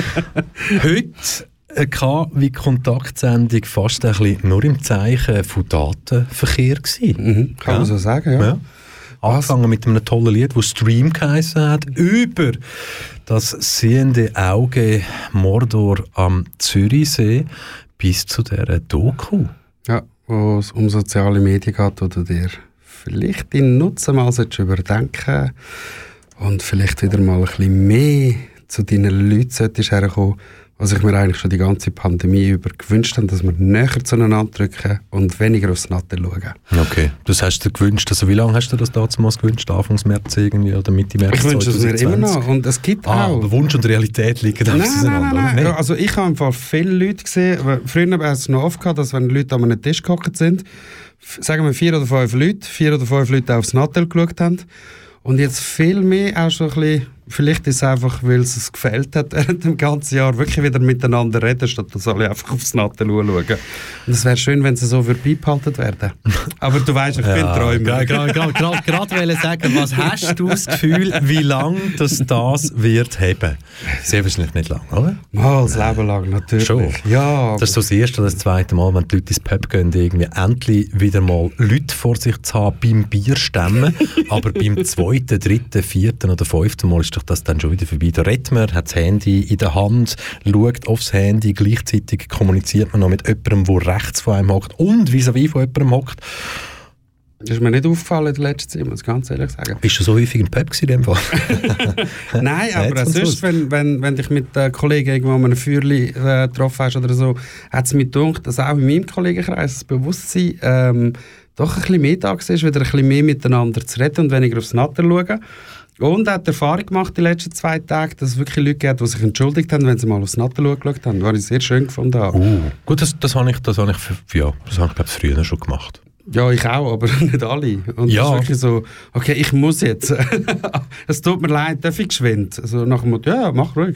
Heute wie Kontaktsendung fast ein bisschen nur im Zeichen von Datenverkehr gewesen. Kann man so sagen, ja. Angefangen mit einem tollen Lied, das Stream geheissen hat, über das sehende Auge Mordor am Zürichsee bis zu dieser Doku. Ja, wo es um soziale Medien geht, wo du dir vielleicht den Nutzen mal überdenken und vielleicht wieder mal ein bisschen mehr zu deinen Leuten herkommen, was ich mir eigentlich schon die ganze Pandemie über gewünscht habe, dass wir näher zueinander drücken und weniger aufs Nattel schauen. Okay, das hast du dir gewünscht. Also wie lange hast du das damals gewünscht? Anfangs März irgendwie oder Mitte März? Ich wünsche es mir immer noch. Und es gibt auch... Aber Wunsch und Realität liegen da auseinander. Nein. Also ich habe einfach viele Leute gesehen, früher war es noch oft gehabt, dass wenn Leute an einem Tisch gehockt sind, sagen wir 4 oder 5 Leute aufs Nattel geschaut haben. Und jetzt viel mehr auch schon ein bisschen, vielleicht ist es einfach, weil es gefällt hat, während dem ganzen Jahr wirklich wieder miteinander reden, statt dass alle einfach aufs Nattel schauen. Und es wäre schön, wenn sie so beibehalten werden. Aber du weißt, ich bin Träumer. Gerade wollte sagen, was hast du das Gefühl, wie lange das wird haben? Sehr wahrscheinlich nicht lang, oder? Mal, das Leben lang, natürlich. Schon? Ja. Das ist so das erste oder das zweite Mal, wenn die Leute ins Pub gehen, irgendwie endlich wieder mal Leute vor sich zu haben beim Bierstemmen. Aber beim 2., 3., 4. oder 5. Mal ist doch das dann schon wieder vorbei. Da redet man, hat das Handy in der Hand, schaut aufs Handy, gleichzeitig kommuniziert man noch mit jemandem, der rechts von einem hockt und vis-à-vis von jemandem hockt. Das ist mir nicht aufgefallen in der letzten Zeit, muss ich ganz ehrlich sagen. Bist du so häufig im Pub in dem Fall? Nein, aber sonst, wenn dich mit Kollegen irgendwo an einem Feuerli getroffen hast oder so, hat es mir gedacht, dass auch in meinem Kollegenkreis das Bewusstsein doch ein bisschen mehr da war, wieder ein bisschen mehr miteinander zu reden und weniger aufs Natter schauen. Und er hat die Erfahrung gemacht die letzten 2 Tage, dass es wirklich Leute gibt, die sich entschuldigt haben, wenn sie mal aufs Natter geschaut haben. Was ich sehr schön gefunden. Gut, das habe ich glaube ich, früher schon gemacht. Ja, ich auch, aber nicht alle. Und ja. Das ist wirklich so, okay, ich muss jetzt. Es tut mir leid, darf ich geschwind? Also nach dem Motto, ja, mach ruhig.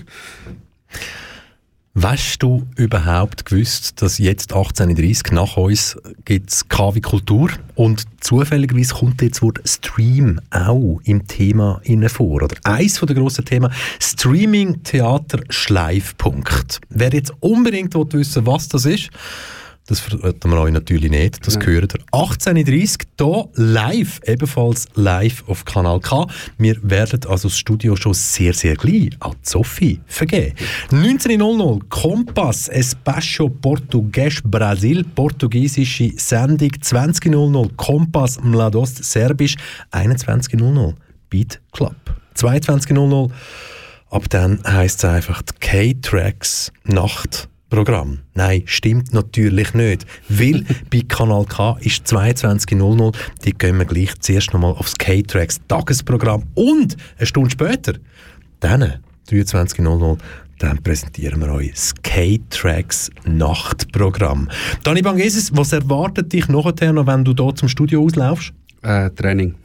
Hast du überhaupt gewusst, dass jetzt 18:30 nach uns gibt es KW Kultur und zufälligerweise kommt jetzt das Wort Stream auch im Thema vor? Oder eins der grossen Themen, Streaming, Theater, Schleifpunkt. Wer jetzt unbedingt wissen will, was das ist, das verraten wir euch natürlich nicht, das gehört ihr. 18:30 hier live, ebenfalls live auf Kanal K. Wir werden also das Studio schon sehr, sehr gleich an Sophie vergeben. 19:00 Kompass, Espacio Português Brasil, portugiesische Sendung. 20:00 Kompass Mladost Serbisch, 21:00 Beat Club. 22:00 ab dann heisst es einfach die K-Tracks Nacht. Programm. Nein, stimmt natürlich nicht. Weil bei Kanal K ist 22:00, die gehen wir gleich zuerst nochmal aufs K-Tracks Tagesprogramm und eine Stunde später, dann 23:00, dann präsentieren wir euch das K-Tracks Nachtprogramm. Dani Bangeses, was erwartet dich nachher noch, wenn du hier zum Studio auslaufst? Training.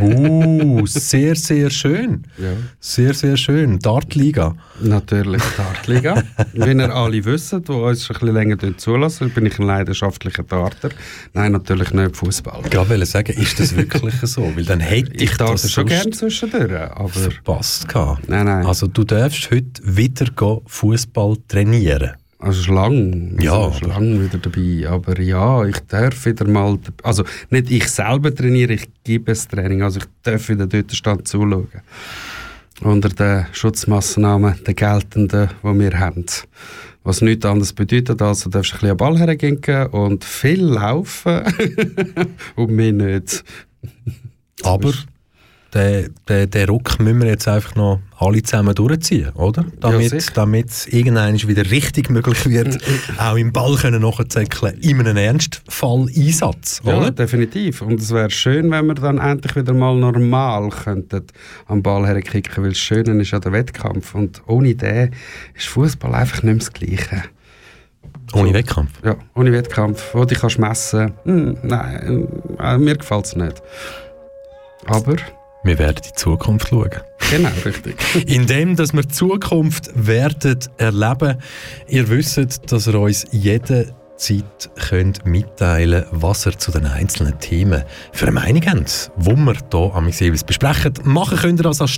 Sehr, sehr schön. Ja. Sehr, sehr schön. Dartliga. Natürlich, Dartliga. Wie ihr alle wisst, die uns schon ein bisschen länger zulassen, bin ich ein leidenschaftlicher Darter. Nein, natürlich nicht Fußball. Ich wollte sagen, ist das wirklich so? Weil dann hätte ich das schon gerne zwischendurch, aber verpasst gehabt. Nein. Also du darfst heute wieder Fußball trainieren. Also schon lange wieder dabei, aber ja, ich darf wieder mal, also nicht ich selber trainiere, ich gebe das Training, also ich darf wieder dort Stand zuschauen. Unter den Schutzmaßnahmen, den geltenden, die wir haben. Was nichts anderes bedeutet, also du darfst ein bisschen an den Ball hergehen und viel laufen und mehr nicht. Aber den Ruck müssen wir jetzt einfach noch alle zusammen durchziehen, oder? Damit es irgendwann wieder richtig möglich wird, auch im Ball nachzuzäckeln in einem Ernstfall-Einsatz, oder? Ja, definitiv. Und es wäre schön, wenn wir dann endlich wieder mal normal könnten am Ball herkicken, weil das Schöne ist ja der Wettkampf. Und ohne den ist Fußball einfach nicht mehr das Gleiche. Ohne Wettkampf? Ja, ohne Wettkampf, wo du kannst messen. Nein, mir gefällt es nicht. Aber wir werden in die Zukunft schauen. Genau, richtig. Indem, dass wir die Zukunft werden erleben. Ihr wisst, dass ihr uns jederzeit könnt mitteilen könnt, was ihr zu den einzelnen Themen für eine Meinung habt, die wir hier am jeweils besprechen. Machen könnt ihr das an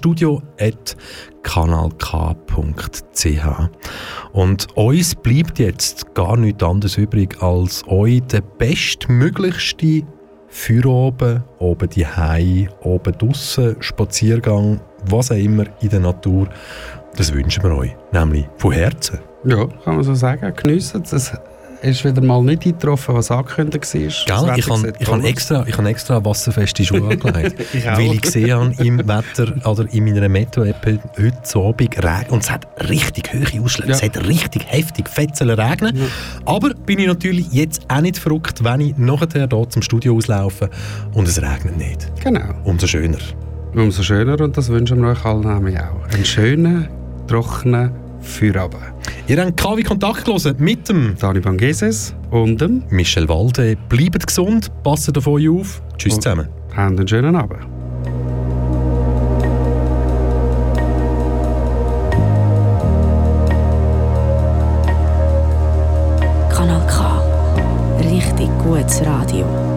studio@kanalk.ch. Und uns bleibt jetzt gar nichts anderes übrig, als euch den bestmöglichsten Feierabend, oben daheim, oben draussen, Spaziergang, was auch immer in der Natur, das wünschen wir euch, nämlich von Herzen. Ja, kann man so sagen, geniessen es. Es ist wieder mal nicht eingetroffen, was angekündigt war. Ich habe extra wasserfeste Schuhe angelegt, weil ich gesehen habe im Wetter oder in meiner Meteo-App heute Abend Regen und es hat richtig hohe Ausschläge, es hat richtig heftig Fetzeln regnen. Ja. Aber bin ich natürlich jetzt auch nicht verrückt, wenn ich nachher hier zum Studio auslaufe und es regnet nicht. Genau. Umso schöner. Umso schöner und das wünschen wir euch allen nämlich auch. Einen schönen, trockenen Feierabend. Ihr habt KW Kontakt gehört mit dem Dani Bangeses und dem Michel Walde. Bleibt gesund, passt auf euch auf. Tschüss zusammen. Habt einen schönen Abend. Kanal K. Richtig gutes Radio.